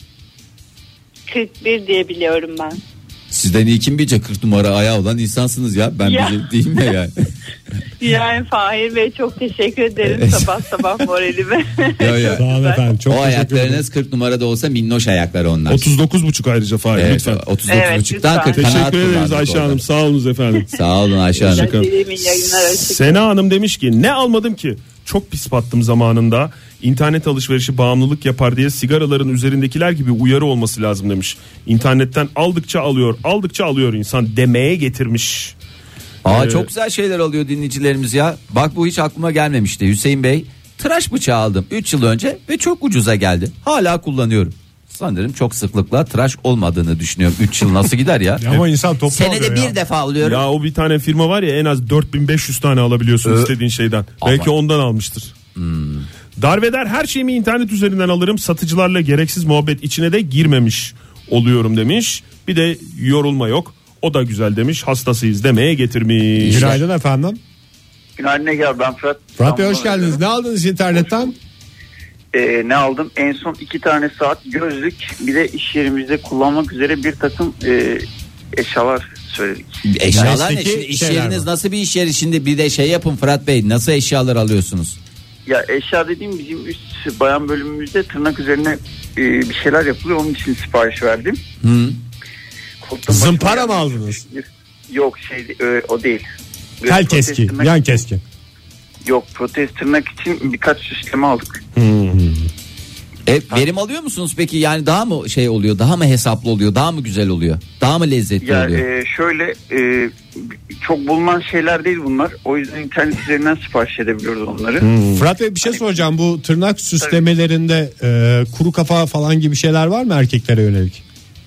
Speaker 7: kırk bir diye biliyorum ben.
Speaker 4: Sizden iyi kim bilecek, kırk numara ayağı olan insansınız ya. Ben
Speaker 7: Ya.
Speaker 4: bile değil mi yani?
Speaker 7: Yani Fahir Bey çok teşekkür ederim sabah sabah moralime.
Speaker 4: Ya, ya.
Speaker 2: Sağ olun efendim, çok
Speaker 4: O
Speaker 2: teşekkür ederim.
Speaker 4: ayaklarınız kırk numarada olsa minnoş ayaklar onlar.
Speaker 3: otuz dokuz buçuk ayrıca Fahir,
Speaker 4: Evet,
Speaker 3: lütfen.
Speaker 4: otuz
Speaker 7: Evet,
Speaker 4: dokuz buçuktan
Speaker 7: lütfen.
Speaker 4: kırk kanaat
Speaker 3: Teşekkür ederiz
Speaker 4: kullandık
Speaker 3: Ayşe
Speaker 4: orada.
Speaker 3: Hanım, sağ olunuz efendim.
Speaker 4: Sağ olun Ayşe Hanım.
Speaker 3: Teşekkür ederim.
Speaker 7: Dileğimin yayınlar açık.
Speaker 3: Sena Hanım demiş ki ne almadım ki, çok pis battım zamanında, internet alışverişi bağımlılık yapar diye sigaraların üzerindekiler gibi uyarı olması lazım demiş. İnternetten aldıkça alıyor aldıkça alıyor insan demeye getirmiş.
Speaker 4: Aa,
Speaker 3: Ee,
Speaker 4: çok güzel şeyler alıyor dinleyicilerimiz ya. Bak bu hiç aklıma gelmemişti. Hüseyin Bey, tıraş bıçağı aldım üç yıl önce ve çok ucuza geldi. Hala kullanıyorum. Sanırım çok sıklıkla tıraş olmadığını düşünüyorum. üç yıl nasıl gider ya?
Speaker 2: Ya ama insan toplu
Speaker 4: Senede
Speaker 2: alıyor
Speaker 4: bir
Speaker 2: ya.
Speaker 4: defa alıyorum.
Speaker 3: Ya o bir tane firma var ya, en az dört bin beş yüz tane alabiliyorsun
Speaker 4: Ö-
Speaker 3: istediğin şeyden.
Speaker 4: Ama-
Speaker 3: Belki ondan almıştır. Darveder her şeyimi internet üzerinden alırım. Satıcılarla gereksiz muhabbet içine de girmemiş oluyorum demiş. Bir de yorulma yok. O da güzel demiş. Hastasıyız demeye getirmiş.
Speaker 2: Günaydın efendim.
Speaker 8: Günaydın Ege, ben Fırat.
Speaker 2: Fırat Bey, hoş
Speaker 8: İstanbul'dan
Speaker 2: geldiniz. Ne aldınız internetten?
Speaker 8: Ee, ne aldım? En son iki tane saat, gözlük, bir de iş yerimizde kullanmak üzere bir takım e, eşyalar söyledik.
Speaker 4: Eşyalar ne?
Speaker 2: Mesleki
Speaker 4: Şimdi iş
Speaker 2: şeyler
Speaker 4: yeriniz
Speaker 2: mi?
Speaker 4: nasıl bir iş yeri? Şimdi bir de şey yapın Fırat Bey, nasıl eşyalar alıyorsunuz?
Speaker 8: Ya eşya dediğim bizim üst bayan bölümümüzde tırnak üzerine e, bir şeyler yapılıyor. Onun için sipariş verdim.
Speaker 4: Hı.
Speaker 8: Koltuğun
Speaker 2: Zımpara
Speaker 8: başına
Speaker 2: mı
Speaker 8: gelmiş.
Speaker 2: aldınız?
Speaker 8: Yok şey e, o değil.
Speaker 2: Tel
Speaker 8: Protez
Speaker 2: keski,
Speaker 8: tırnak-
Speaker 2: yan keski.
Speaker 8: Yok, protez tırnak için birkaç süsleme aldık.
Speaker 4: E, verim alıyor musunuz peki? Yani daha mı şey oluyor? Daha mı hesaplı oluyor? Daha mı güzel oluyor? Daha mı lezzetli
Speaker 8: Ya
Speaker 4: oluyor?
Speaker 8: e, şöyle e, çok bulunan şeyler değil bunlar. O yüzden internet üzerinden sipariş edebiliyoruz onları.
Speaker 2: Fırat Bey, bir şey soracağım. Bu tırnak süslemelerinde e, kuru kafa falan gibi şeyler var mı erkeklere yönelik?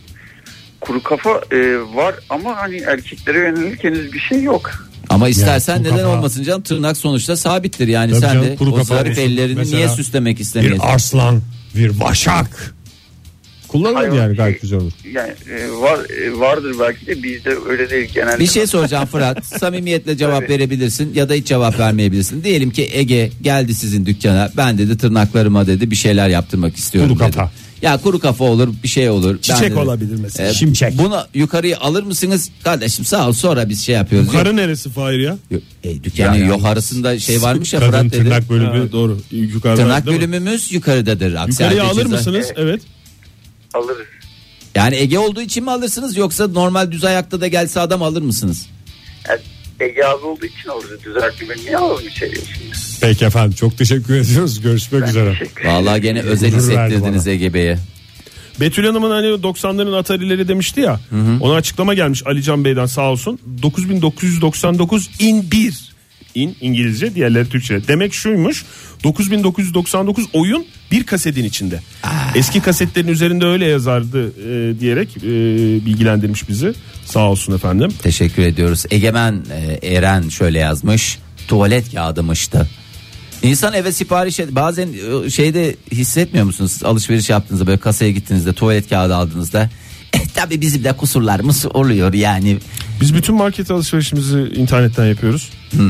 Speaker 8: Kuru kafa e, var ama hani erkeklere yönelik henüz bir şey yok.
Speaker 4: Ama istersen
Speaker 2: Yani kuru
Speaker 4: neden
Speaker 2: kafa-
Speaker 4: olmasın canım, tırnak sonuçta sabittir yani.
Speaker 2: Tabii
Speaker 4: Sen
Speaker 2: canım,
Speaker 4: de
Speaker 2: kuru
Speaker 4: o
Speaker 2: kafa
Speaker 4: zarif
Speaker 2: olsun.
Speaker 4: ellerini
Speaker 2: Mesela
Speaker 4: niye süslemek istemiyorsun?
Speaker 2: Bir arslan, bir başak. Kullanılır
Speaker 8: Hayır,
Speaker 2: yani,
Speaker 8: şey-
Speaker 2: gayet güzel olur.
Speaker 8: Yani e, var e, vardır belki de bizde öyle değil genelde.
Speaker 4: Bir şey soracağım Fırat. Samimiyetle cevap
Speaker 8: Tabii.
Speaker 4: verebilirsin ya da hiç cevap vermeyebilirsin. Diyelim ki Ege geldi sizin dükkana. Ben dedi tırnaklarıma dedi bir şeyler yaptırmak istiyorum
Speaker 2: Kuru
Speaker 4: dedi.
Speaker 2: kafa.
Speaker 4: Ya kuru kafa olur, bir şey olur. Ben
Speaker 3: Çiçek
Speaker 4: dedi,
Speaker 3: olabilir mesela.
Speaker 4: e,
Speaker 2: Şimşek.
Speaker 4: Bunu yukarıya alır mısınız? Kardeşim sağ ol, sonra biz şey yapıyoruz.
Speaker 3: Yukarı neresi Fahir ya?
Speaker 4: Yok, e, dükkanın
Speaker 2: Yani-
Speaker 4: yukarısında şey varmış ya
Speaker 2: Kadın
Speaker 4: Fırat dedi.
Speaker 2: tırnak bölümü.
Speaker 3: Ha, doğru. Yukarıda,
Speaker 4: Tırnak
Speaker 3: değil mi?
Speaker 4: bölümümüz yukarıdadır. Aksi
Speaker 3: Yukarıya
Speaker 4: halde
Speaker 3: alır
Speaker 4: ceza-
Speaker 3: mısınız? Evet.
Speaker 8: Alırız.
Speaker 4: Yani Ege olduğu için mi alırsınız yoksa normal düz ayakta da gelse adam alır mısınız?
Speaker 8: Yani Ege abi olduğu için alırız. Düzeltme beni niye alalım içeriye şimdi?
Speaker 2: Peki efendim, çok teşekkür ediyoruz. Görüşmek üzere.
Speaker 8: Teşekkür ederim.
Speaker 4: Vallahi gene özel
Speaker 2: Gurur verdi
Speaker 4: hissettirdiniz Ege Bey'e.
Speaker 3: Betül Hanım'ın hani doksanların Atari'leri demişti ya. Ona açıklama gelmiş Alican Bey'den, sağ olsun. dokuz bin dokuz yüz doksan dokuz in bir. In İngilizce, diğerleri Türkçe. Demek şuymuş. dokuz bin dokuz yüz doksan dokuz oyun bir kasetin içinde. Eski kasetlerin üzerinde öyle yazardı e, diyerek e, bilgilendirmiş bizi. Sağ olsun efendim.
Speaker 4: Teşekkür ediyoruz. Egemen e, Eren şöyle yazmış. Tuvalet kağıdımıştı. İnsan eve sipariş et. Bazen e, şeyde hissetmiyor musunuz? Alışveriş yaptığınızda, böyle kasaya gittiğinizde, tuvalet kağıdı aldığınızda. E, tabii bizim de kusurlarımız oluyor yani.
Speaker 3: Biz bütün market alışverişimizi internetten yapıyoruz.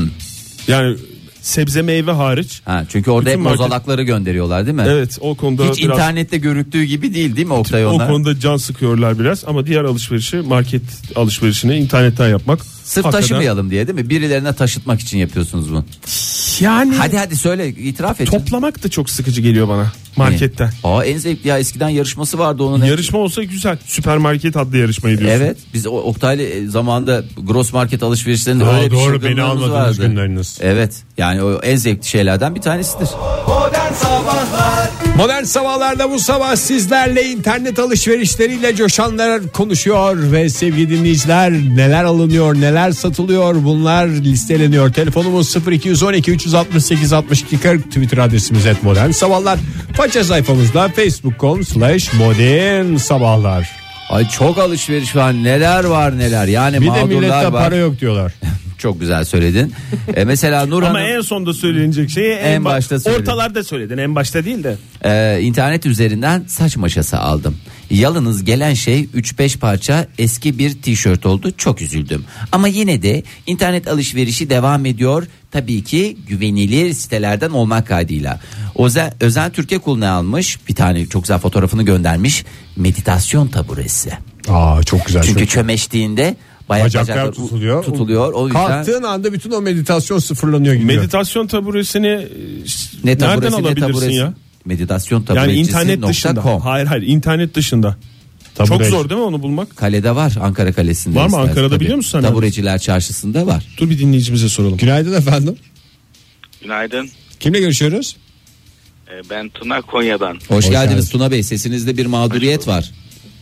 Speaker 3: Yani sebze meyve hariç.
Speaker 4: Ha, çünkü orada
Speaker 3: Bütün
Speaker 4: hep
Speaker 3: market-
Speaker 4: bozalakları gönderiyorlar değil mi?
Speaker 3: Evet, o konuda
Speaker 4: Hiç
Speaker 3: biraz
Speaker 4: internette görüktüğü gibi değil değil mi Oktay
Speaker 3: o
Speaker 4: onlar?
Speaker 3: konuda can sıkıyorlar biraz, ama diğer alışverişi, market alışverişini internetten yapmak
Speaker 4: Sırf
Speaker 3: hakikaten-
Speaker 4: taşımayalım diye değil mi? Birilerine taşıtmak için yapıyorsunuz bunu.
Speaker 3: Yani
Speaker 4: Hadi hadi söyle, itiraf et.
Speaker 3: toplamak da çok sıkıcı geliyor bana. Marketten.
Speaker 4: Aa, en zevkli ya, eskiden yarışması vardı onun.
Speaker 3: Yarışma olsa güzel. Süpermarket adlı yarışmayı diyorsun.
Speaker 4: Evet, biz o Oktay'la zamanında gross market alışverişlerinde
Speaker 2: Aa,
Speaker 4: öyle bir
Speaker 2: doğru, beni
Speaker 4: çılgınlığımız
Speaker 2: almadığınız
Speaker 4: vardı.
Speaker 2: günleriniz.
Speaker 4: Evet, yani o en zevkli şeylerden bir tanesidir.
Speaker 9: Modern Sabahlar.
Speaker 2: Modern Sabahlar'da bu sabah sizlerle internet alışverişleriyle coşanlar konuşuyor ve sevgili dinleyiciler, neler alınıyor, neler satılıyor, bunlar listeleniyor. Telefonumuz sıfır iki on iki üç altı sekiz altmış iki kırk, Twitter adresimiz et modern sabahlar. Faça sayfamızda facebook nokta com slash modern sabahlar.
Speaker 4: Ay çok alışveriş var, neler var neler, yani
Speaker 2: Bir de
Speaker 4: mağdurlar
Speaker 2: millette
Speaker 4: var.
Speaker 2: para yok diyorlar.
Speaker 4: Çok güzel söyledin. e, mesela Nur
Speaker 3: Ama
Speaker 4: Hanım,
Speaker 3: en sonda söylenecek şeyi en,
Speaker 4: En
Speaker 3: ba-
Speaker 4: başta söyledin.
Speaker 3: ortalarda söyledin, en başta değil de.
Speaker 4: e, internet üzerinden saç maşası aldım. Yalnız gelen şey üç beş parça eski bir tişört oldu. Çok üzüldüm. Ama yine de internet alışverişi devam ediyor. Tabii ki güvenilir sitelerden olmak kaydıyla. Özel, Özel Türkiye Kul ne almış? Bir tane çok güzel fotoğrafını göndermiş. Meditasyon taburesi.
Speaker 2: Aa, çok güzel.
Speaker 4: Çünkü
Speaker 2: çok...
Speaker 4: çömeştiğinde bayağı
Speaker 2: Bacaklar
Speaker 4: bacaklar
Speaker 2: tutuluyor.
Speaker 4: tutuluyor. O yüzden
Speaker 2: Kalktığın anda bütün o meditasyon sıfırlanıyor gibi.
Speaker 3: Meditasyon taburesini e,
Speaker 4: ne
Speaker 3: nereden
Speaker 4: taburesi, ne
Speaker 3: alabilirsin
Speaker 4: taburesi?
Speaker 3: ya?
Speaker 4: Meditasyon
Speaker 3: Yani
Speaker 4: taburecisi
Speaker 3: internet
Speaker 4: nokta
Speaker 3: dışında.
Speaker 4: com.
Speaker 3: Hayır hayır, internet dışında. Çok
Speaker 2: Tabure.
Speaker 3: zor değil mi onu bulmak?
Speaker 4: Kalede var, Ankara Kalesi'nde.
Speaker 3: Var mı
Speaker 4: istersen
Speaker 3: Ankara'da,
Speaker 4: tabii.
Speaker 3: biliyor musun sen?
Speaker 4: Tabureciler Çarşısı'nda var.
Speaker 3: Dur bir dinleyicimize soralım.
Speaker 2: Günaydın efendim.
Speaker 10: Günaydın.
Speaker 2: Kimle görüşüyoruz?
Speaker 10: Ee, Ben Tuna, Konya'dan.
Speaker 4: Hoş,
Speaker 2: Hoş
Speaker 4: geldiniz
Speaker 2: geldiniz.
Speaker 4: Tuna Bey. Sesinizde bir mağduriyet var.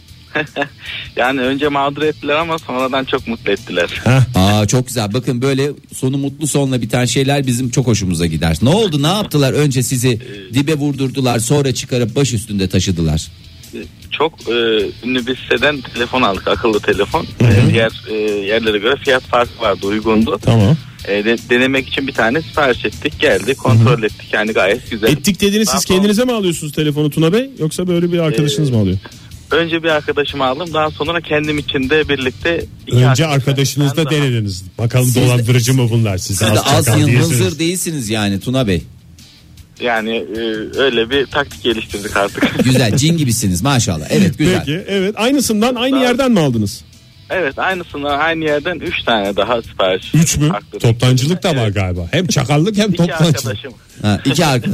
Speaker 10: Yani önce mağdur ettiler ama sonradan çok mutlu ettiler.
Speaker 4: Aa, çok güzel. Bakın böyle sonu mutlu sonla biten şeyler bizim çok hoşumuza gider. Ne oldu? Ne yaptılar? Önce sizi dibe vurdurdular, sonra çıkarıp baş üstünde taşıdılar.
Speaker 10: Çok e, ünlü bir siteden telefon aldık, akıllı telefon. E, diğer e, yerlere göre fiyat farkı vardı, uygundu.
Speaker 3: Tamam.
Speaker 10: E, de, denemek için bir tane sipariş ettik, geldi, kontrol ettik, yani gayet güzel.
Speaker 3: Ettik dediğiniz
Speaker 10: Daha
Speaker 3: siz
Speaker 10: sonra-
Speaker 3: kendinize mi alıyorsunuz telefonu Tuna Bey, yoksa böyle bir arkadaşınız
Speaker 10: Ee,
Speaker 3: mı alıyor?
Speaker 10: Önce bir arkadaşımı aldım, daha sonra kendim için de birlikte iki
Speaker 2: Önce
Speaker 10: arkadaşım-
Speaker 2: arkadaşınızla
Speaker 10: Ben daha-
Speaker 2: denediniz. Bakalım
Speaker 4: Siz de-
Speaker 2: dolandırıcı mı bunlar? Siz,
Speaker 4: Siz de
Speaker 2: az
Speaker 4: az
Speaker 2: çakal değilsiniz.
Speaker 4: hınzır değilsiniz yani Tuna Bey.
Speaker 10: Yani e, öyle bir taktik geliştirdik artık.
Speaker 4: Güzel, cin gibisiniz maşallah. Evet, güzel.
Speaker 3: Peki, evet, aynısından aynı
Speaker 10: Daha-
Speaker 3: yerden mi aldınız?
Speaker 10: Evet, aynısından aynı yerden üç tane daha sipariş.
Speaker 3: Üç mü?
Speaker 10: Farklı.
Speaker 2: Toptancılık da var
Speaker 10: Evet.
Speaker 2: galiba. Hem çakallık hem
Speaker 10: İki
Speaker 2: toptancılık.
Speaker 10: arkadaşım.
Speaker 4: Ha, iki arkadaş.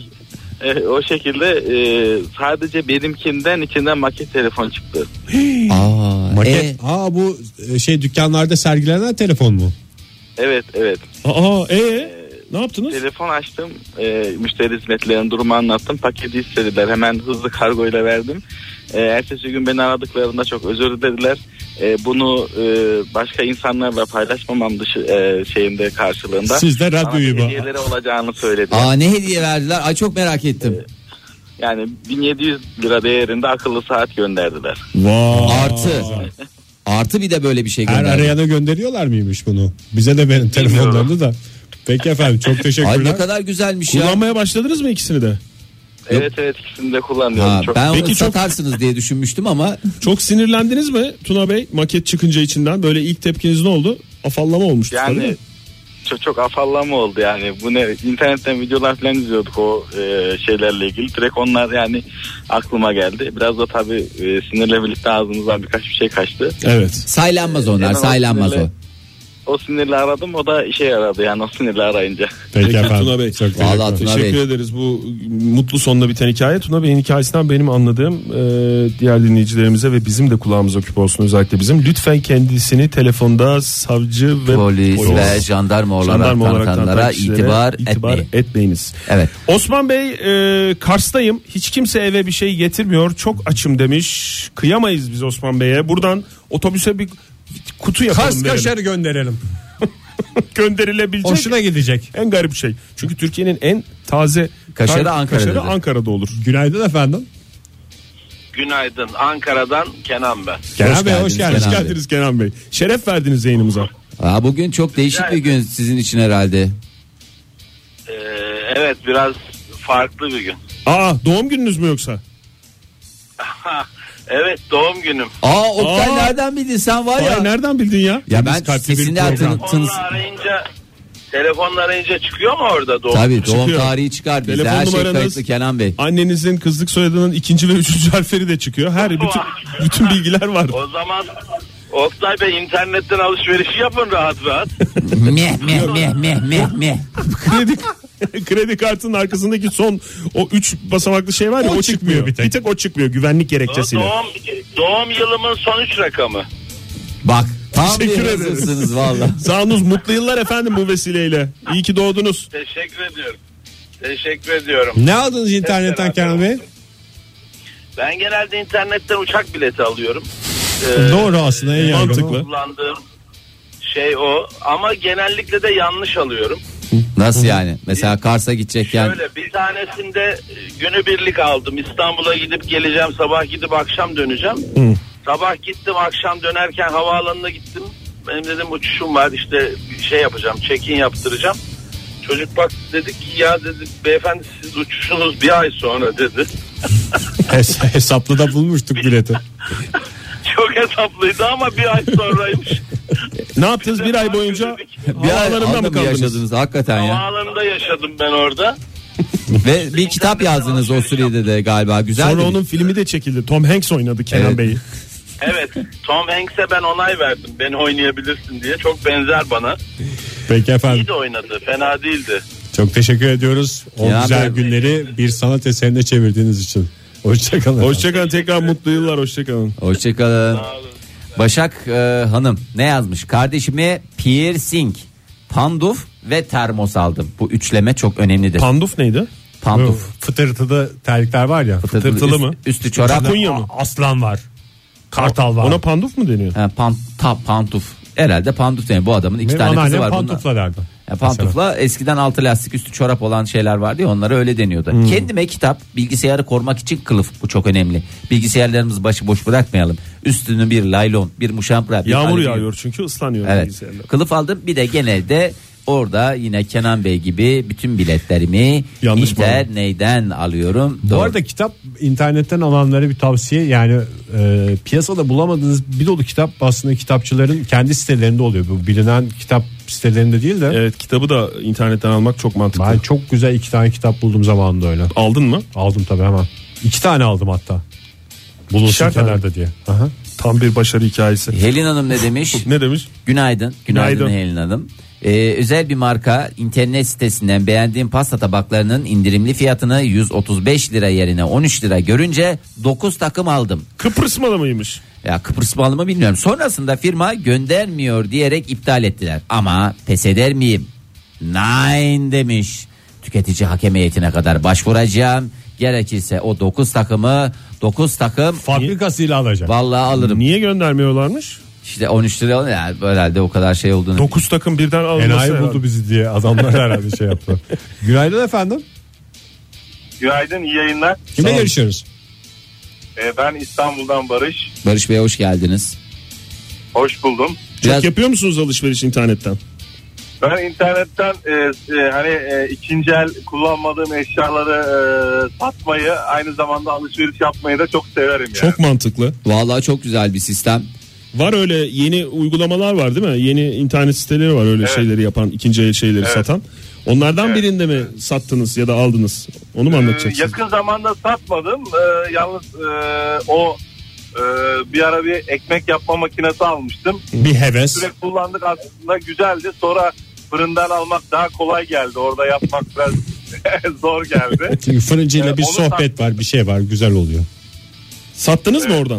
Speaker 10: E, o şekilde e, sadece benimkinden içinden maket telefon çıktı.
Speaker 4: Aa,
Speaker 2: Maket.
Speaker 4: e,
Speaker 2: Aa, bu e, şey dükkanlarda sergilenen telefon mu?
Speaker 10: Evet evet.
Speaker 3: Aa, ee, ne yaptınız?
Speaker 10: Telefon açtım. E, müşteri hizmetlerinin durumu anlattım. Paketi istediler. Hemen hızlı kargoyla verdim. E, ertesi gün beni aradıklarında çok özür dilediler. E, bunu e, başka insanlarla paylaşmamam dışı e, şeyinde karşılığında.
Speaker 2: Siz de
Speaker 10: bana
Speaker 2: radyoyu bu.
Speaker 10: hediyeleri olacağını söyledi.
Speaker 4: aa, ne hediye verdiler? Ay, çok merak ettim.
Speaker 10: Yani bin yedi yüz lira değerinde akıllı saat gönderdiler.
Speaker 3: Vay.
Speaker 4: Artı. Artı bir de böyle bir şey
Speaker 2: Her
Speaker 4: gönderdi.
Speaker 2: arayana gönderiyorlar mıymış bunu? Bize de benim telefonlarını da. Peki efendim, çok
Speaker 4: Ay,
Speaker 2: teşekkürler.
Speaker 4: ne kadar güzelmiş ya.
Speaker 3: Kullanmaya başladınız mı ikisini de?
Speaker 10: Evet evet, ikisini de kullanıyorum.
Speaker 4: Ha,
Speaker 10: çok.
Speaker 4: ben onu
Speaker 3: Peki çok-
Speaker 4: satarsınız diye düşünmüştüm ama
Speaker 3: Çok sinirlendiniz mi Tuna Bey maket çıkınca içinden? Böyle ilk tepkiniz ne oldu? Afallama olmuştu. tabii
Speaker 10: Yani
Speaker 3: mi?
Speaker 10: çok çok afallama oldu yani. Bu ne, internetten videolar falan izliyorduk o e, şeylerle ilgili. Direkt onlar yani aklıma geldi. Biraz da tabii e, sinirle birlikte ağzımızdan birkaç bir şey kaçtı.
Speaker 3: Evet.
Speaker 4: saylanmaz onlar,
Speaker 10: Hemen o
Speaker 4: saylanmaz o.
Speaker 10: sinirle- O sinirle aradım, o da işe yaradı yani o sinirle arayınca.
Speaker 2: Peki,
Speaker 3: Peki
Speaker 2: efendim.
Speaker 3: Tuna Bey.
Speaker 2: Çok teşekkür
Speaker 4: Vallahi
Speaker 2: ederim.
Speaker 4: Tuna
Speaker 3: Teşekkür
Speaker 4: Bey.
Speaker 3: ederiz bu mutlu sonla biten hikaye. Tuna Bey'in hikayesinden benim anladığım, e, diğer dinleyicilerimize ve bizim de kulağımıza küp olsun, özellikle bizim. Lütfen kendisini telefonda savcı ve
Speaker 4: Polis
Speaker 3: polis,
Speaker 4: ve jandarma olarak
Speaker 3: jandarma olarak
Speaker 4: tanıtanlara
Speaker 3: tanıtan kişilere
Speaker 4: itibar,
Speaker 3: itibar
Speaker 4: etmeyin.
Speaker 3: etmeyiniz.
Speaker 4: Evet.
Speaker 3: Osman Bey, e, Kars'tayım. Hiç kimse eve bir şey getirmiyor. Çok açım demiş. Kıyamayız biz Osman Bey'e. Buradan otobüse bir kutu yapalım.
Speaker 2: Kars
Speaker 3: verelim.
Speaker 2: kaşarı gönderelim.
Speaker 3: Gönderilebilecek
Speaker 2: Hoşuna gidecek.
Speaker 3: en garip şey. Çünkü Türkiye'nin en taze
Speaker 4: Kaşarı
Speaker 3: kar-
Speaker 4: Ankara'dadır.
Speaker 3: kaşarı Ankara'da olur.
Speaker 2: Günaydın efendim.
Speaker 11: Günaydın. Ankara'dan Kenan ben.
Speaker 2: Kenan Bey, hoş
Speaker 4: geldiniz
Speaker 2: geldiniz.
Speaker 3: Hoş
Speaker 4: Kenan Bey.
Speaker 3: geldiniz Kenan Bey. Şeref verdiniz yayınımıza.
Speaker 4: Aa, bugün çok değişik bir gün sizin için herhalde.
Speaker 11: Ee, evet, biraz farklı bir gün.
Speaker 3: Aa, doğum gününüz mü yoksa?
Speaker 11: Evet, doğum günüm.
Speaker 4: Aa, Oktay
Speaker 3: Aa.
Speaker 4: nereden bildin sen var ya?
Speaker 3: Ay, nereden bildin ya?
Speaker 4: Ya ben
Speaker 2: Temiz kalpli bir
Speaker 4: sesinden
Speaker 2: program.
Speaker 4: tını, tınıs...
Speaker 11: Telefonla arayınca telefonla arayınca çıkıyor mu orada doğum?
Speaker 4: Tabii doğum
Speaker 3: Çıkıyor.
Speaker 4: tarihi çıkar bizde.
Speaker 3: Telefon
Speaker 4: Her şey
Speaker 3: numaranız-
Speaker 4: kayıtlı Kenan Bey.
Speaker 3: Annenizin kızlık soyadının ikinci ve üçüncü harfleri de çıkıyor. Her bütün bütün bilgiler var.
Speaker 11: O zaman Oktay Bey, internetten alışverişi yapın rahat rahat.
Speaker 4: meh meh meh meh meh meh.
Speaker 3: Kredi Kredi kartının arkasındaki son o üç basamaklı şey var ya, o, o çıkmıyor. Bir tek. bir tek o çıkmıyor güvenlik gerekçesiyle.
Speaker 11: Doğum, doğum yılımın son üç rakamı.
Speaker 4: Bak tam
Speaker 3: Teşekkür
Speaker 4: bir hızlısınız valla.
Speaker 3: Sağolunuz, mutlu yıllar efendim bu vesileyle. İyi ki doğdunuz.
Speaker 11: Teşekkür ediyorum. Teşekkür ediyorum.
Speaker 2: Ne aldınız internetten Kenan Bey?
Speaker 11: Ben genelde internetten uçak bileti alıyorum.
Speaker 2: Ee, Doğru aslında, en
Speaker 3: mantıklı.
Speaker 11: Kullandığım şey o, ama genellikle de yanlış alıyorum.
Speaker 4: Nasıl yani? Mesela Kars'a gidecekken.
Speaker 11: Şöyle, bir tanesinde günübirlik aldım. İstanbul'a gidip geleceğim, sabah gidip akşam döneceğim. Hı. Sabah gittim, akşam dönerken havaalanına gittim. Benim dedim uçuşum var, işte şey yapacağım, check-in yaptıracağım. Çocuk bak dedi ki ya dedi, beyefendi siz uçuşunuz bir ay sonra dedi.
Speaker 2: Hesaplı da bulmuştuk bileti.
Speaker 11: Çok hesaplıydı ama bir ay sonraymış.
Speaker 3: Ne yaptınız bir ay boyunca?
Speaker 4: Bir ay mı kaldınız? Yaşadınız hakikaten ya.
Speaker 11: Havaalanında yaşadım ben orada.
Speaker 4: Ve bir kitap yazdınız o sürede de galiba, güzel.
Speaker 3: Sonra onun filmi de çekildi. Tom Hanks oynadı Kenan
Speaker 4: evet.
Speaker 3: Bey'i.
Speaker 11: Evet, Tom Hanks'e ben onay verdim. Beni oynayabilirsin diye. Çok benzer bana.
Speaker 2: Peki efendim.
Speaker 11: İyi de oynadı, fena değildi.
Speaker 2: Çok teşekkür ediyoruz. O ya güzel ben... günleri bir sanat eserine çevirdiğiniz için. Hoşçakalın.
Speaker 3: Hoşçakalın, tekrar mutlu yıllar, hoşçakalın.
Speaker 4: Hoşçakalın. Başak e, Hanım ne yazmış? Kardeşime piercing, panduf ve termos aldım. Bu üçleme çok önemlidir.
Speaker 3: Panduf neydi?
Speaker 4: Panduf.
Speaker 2: Fıtırtılı terlikler var ya.
Speaker 3: Fıtırtılı, fıtırtılı mı?
Speaker 4: Üstü çorap.
Speaker 3: Kunya mı?
Speaker 2: Aslan var. Kartal var.
Speaker 3: Ona panduf mu deniyor?
Speaker 4: Ha, pan, ta, pantuf. Herhalde panduf deniyor. Bu adamın iki Benim tane kızı var.
Speaker 2: Pantufla derdi.
Speaker 4: Ya, pantufla mesela. Eskiden altı lastik üstü çorap olan şeyler vardı ya, onlara öyle deniyordu. Hmm. Kendime kitap, bilgisayarı korumak için kılıf, bu çok önemli. Bilgisayarlarımızı başıboş bırakmayalım. Üstünü bir laylon, bir muşampra. Bir
Speaker 3: Yağmur yağıyor çünkü ıslanıyor.
Speaker 4: Evet. Kılıf aldım. Bir de genelde orada yine Kenan Bey gibi bütün biletlerimi
Speaker 2: yanlış
Speaker 4: internetten alıyorum.
Speaker 2: Bu Doğru. arada kitap internetten alanlara bir tavsiye, yani e, piyasada bulamadığınız bir dolu kitap aslında kitapçıların kendi sitelerinde oluyor. Bu bilinen kitap sitelerinde değil de.
Speaker 3: Evet, kitabı da internetten almak çok mantıklı.
Speaker 2: Ben çok güzel iki tane kitap buldum zamanında öyle.
Speaker 3: Aldın mı?
Speaker 2: Aldım tabii, hemen. İki tane aldım hatta. Bulunsun kenarda diye. Aha.
Speaker 3: Tam bir başarı hikayesi.
Speaker 4: Helin Hanım ne demiş?
Speaker 3: Ne demiş?
Speaker 4: Günaydın. Günaydın, Günaydın. Helin Hanım. Ee, özel bir marka internet sitesinden beğendiğim pasta tabaklarının indirimli fiyatını yüz otuz beş lira yerine on üç lira görünce dokuz takım aldım.
Speaker 3: Kıbrıs malı mıymış?
Speaker 4: Ya Kıbrıs malı mı bilmiyorum. Sonrasında firma göndermiyor diyerek iptal ettiler. Ama pes eder miyim? Nine demiş. Tüketici hakem heyetine kadar başvuracağım. Gerekirse o dokuz takımı dokuz takım
Speaker 2: fabrikasıyla alacağım.
Speaker 4: Vallahi alırım.
Speaker 3: Niye göndermiyorlarmış?
Speaker 4: İşte on üç lira yani, herhalde o kadar şey olduğunu.
Speaker 3: dokuz takım birden alınması.
Speaker 2: Enayi buldu herhalde bizi diye adamlar herhalde şey yaptı. Günaydın efendim.
Speaker 12: Günaydın, iyi yayınlar.
Speaker 2: Kimle görüşüyoruz?
Speaker 12: Ee, ben İstanbul'dan Barış.
Speaker 4: Barış Bey hoş geldiniz.
Speaker 12: Hoş buldum.
Speaker 3: Biraz... Çok yapıyor musunuz alışveriş internetten?
Speaker 12: Ben internetten e, e, hani e, ikinci el kullanmadığım eşyaları e, satmayı, aynı zamanda alışveriş yapmayı da çok severim. Yani.
Speaker 3: Çok mantıklı.
Speaker 4: Vallahi çok güzel bir sistem.
Speaker 3: Var öyle yeni uygulamalar var değil mi? Yeni internet siteleri var öyle evet. şeyleri yapan, ikinci el şeyleri evet. satan. Onlardan evet. birinde mi sattınız ya da aldınız? Onu mu anlatacaksınız?
Speaker 12: Ee, yakın zamanda satmadım. Ee, yalnız e, o e, bir ara bir ekmek yapma makinesi almıştım.
Speaker 2: Bir heves.
Speaker 12: Sürekli kullandık, aslında güzeldi. Sonra fırından almak daha kolay geldi. Orada yapmak biraz zor geldi.
Speaker 2: Çünkü fırıncıyla ee, bir sohbet sat... var, bir şey var, güzel oluyor.
Speaker 3: Sattınız evet. mı oradan?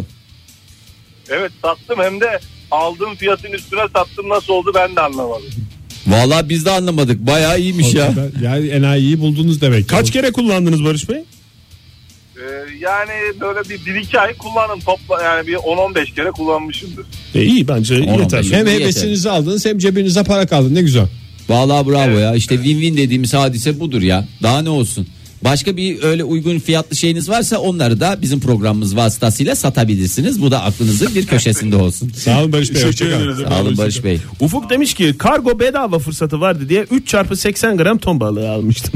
Speaker 12: Evet, sattım, hem de aldığım fiyatın üstüne sattım. Nasıl oldu ben de anlamadım.
Speaker 4: Vallahi biz de anlamadık. Bayağı iyiymiş ya.
Speaker 2: Yani enayiyi buldunuz demek.
Speaker 3: Kaç kere kullandınız Barış Bey?
Speaker 12: Ee, yani böyle bir, bir iki ay kullandım. Topla yani bir on on beş kere kullanmışımdır.
Speaker 3: E iyi bence yeterli.
Speaker 2: Hem hevesinizi aldınız hem cebinize para kaldı. Ne güzel.
Speaker 4: Vallahi bravo
Speaker 12: evet,
Speaker 4: ya. İşte
Speaker 12: evet.
Speaker 4: win-win dediğimiz hadise budur ya. Daha ne olsun? Başka bir öyle uygun fiyatlı şeyiniz varsa onları da bizim programımız vasıtasıyla satabilirsiniz. Bu da aklınızın bir köşesinde olsun.
Speaker 2: Sağ olun Barış Bey.
Speaker 4: Sağ olun Barış Bey.
Speaker 3: Ufuk demiş ki kargo bedava fırsatı vardı diye üç çarpı seksen gram ton balığı almıştım.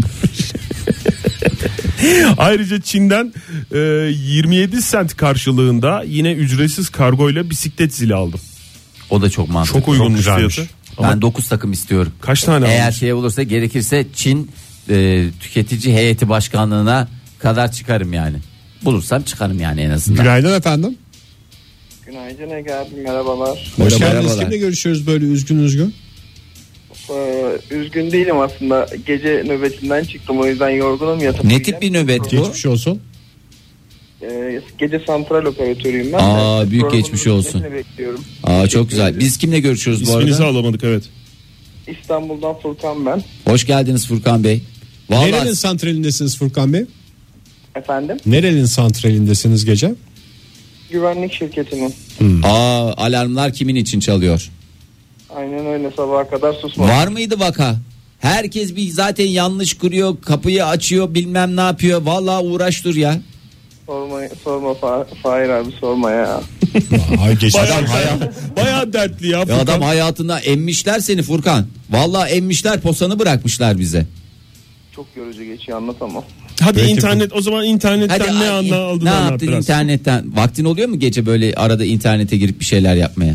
Speaker 3: Ayrıca Çin'den e, yirmi yedi sent karşılığında yine ücretsiz kargoyla bisiklet zili aldım.
Speaker 4: O da çok mantıklı.
Speaker 3: Çok uygunmuş fiyatı.
Speaker 4: Ben dokuz takım istiyorum.
Speaker 3: Kaç tane
Speaker 4: Eğer
Speaker 3: almış?
Speaker 4: şey olursa gerekirse Çin e, tüketici heyeti başkanlığına kadar çıkarım yani. Bulursam çıkarım yani en azından.
Speaker 2: Günaydın efendim.
Speaker 13: Günaydın Ege abi, merhabalar.
Speaker 2: Hoş geldiniz. Kimle görüşüyoruz böyle üzgün üzgün?
Speaker 13: Ee, üzgün değilim aslında. Gece nöbetinden çıktım, o yüzden yorgunum, yatıp.
Speaker 4: Ne tip bir nöbet bu?
Speaker 2: Geçmiş olsun.
Speaker 13: Ee, gece santral operatörüyüm ben.
Speaker 4: Aa,
Speaker 13: de.
Speaker 4: büyük geçmiş olsun.
Speaker 13: Bekliyorum.
Speaker 4: Aa, çok güzel. Biz kimle görüşüyoruz bu arada?
Speaker 3: İsminizi alamadık, evet.
Speaker 13: İstanbul'dan Furkan ben.
Speaker 4: Hoş geldiniz Furkan Bey. Vallahi...
Speaker 2: Nerenin santralindesiniz Furkan Bey?
Speaker 13: Efendim?
Speaker 2: Nerenin santralindesiniz gece?
Speaker 13: Güvenlik şirketinin.
Speaker 4: Hmm. Aa, alarmlar kimin için çalıyor?
Speaker 13: Aynen öyle, sabaha kadar susmadım.
Speaker 4: Var mıydı vaka? Herkes bir zaten yanlış kuruyor, kapıyı açıyor, bilmem ne yapıyor. Vallahi uğraş dur ya.
Speaker 13: Sorma, sorma Fahir abi, sorma ya.
Speaker 2: Ay,
Speaker 3: bayağı, hayat, bayağı dertli ya.
Speaker 4: ya adam hayatında emmişler seni Furkan. Vallahi emmişler, posanı bırakmışlar bize.
Speaker 13: Çok yorucu geçiyor, anlatamam.
Speaker 3: Hadi
Speaker 2: Peki,
Speaker 3: internet, o zaman internetten
Speaker 4: Hadi,
Speaker 3: ne anla aldın?
Speaker 4: Ne yaptın
Speaker 3: biraz.
Speaker 4: internetten? Vaktin oluyor mu gece böyle arada internete girip bir şeyler yapmaya?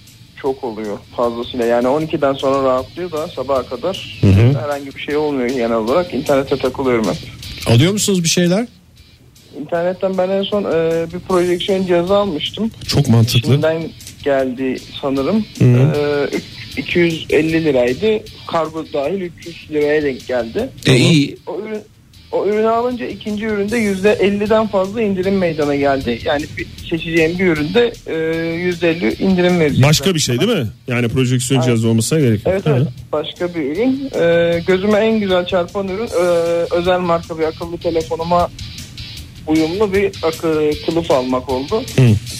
Speaker 13: Çok oluyor fazlasıyla, yani on ikiden sonra rahatlıyor da sabaha kadar hı hı. herhangi bir şey olmuyor genel olarak, internete takılıyorum hep.
Speaker 2: Alıyor musunuz bir şeyler?
Speaker 13: İnternetten ben en son e, bir projeksiyon cihazı almıştım.
Speaker 3: Çok mantıklı.
Speaker 13: Şimdiden geldi sanırım. E, iki yüz elli liraydı. Kargo dahil üç yüz liraya denk geldi.
Speaker 4: E, iyi.
Speaker 13: O ürün O ürünü alınca ikinci üründe yüzde elliden fazla indirim meydana geldi. Yani bir, seçeceğim bir üründe e, yüzde elli indirim verecek.
Speaker 3: Başka bir şey değil mi? Yani projeksiyon
Speaker 13: Aynen.
Speaker 3: cihazı olmasına gerek yok.
Speaker 13: Evet, evet. Başka bir ürün. E, gözüme en güzel çarpan ürün e, özel marka bir akıllı telefonuma uyumlu bir akı, kılıf almak oldu. Hı.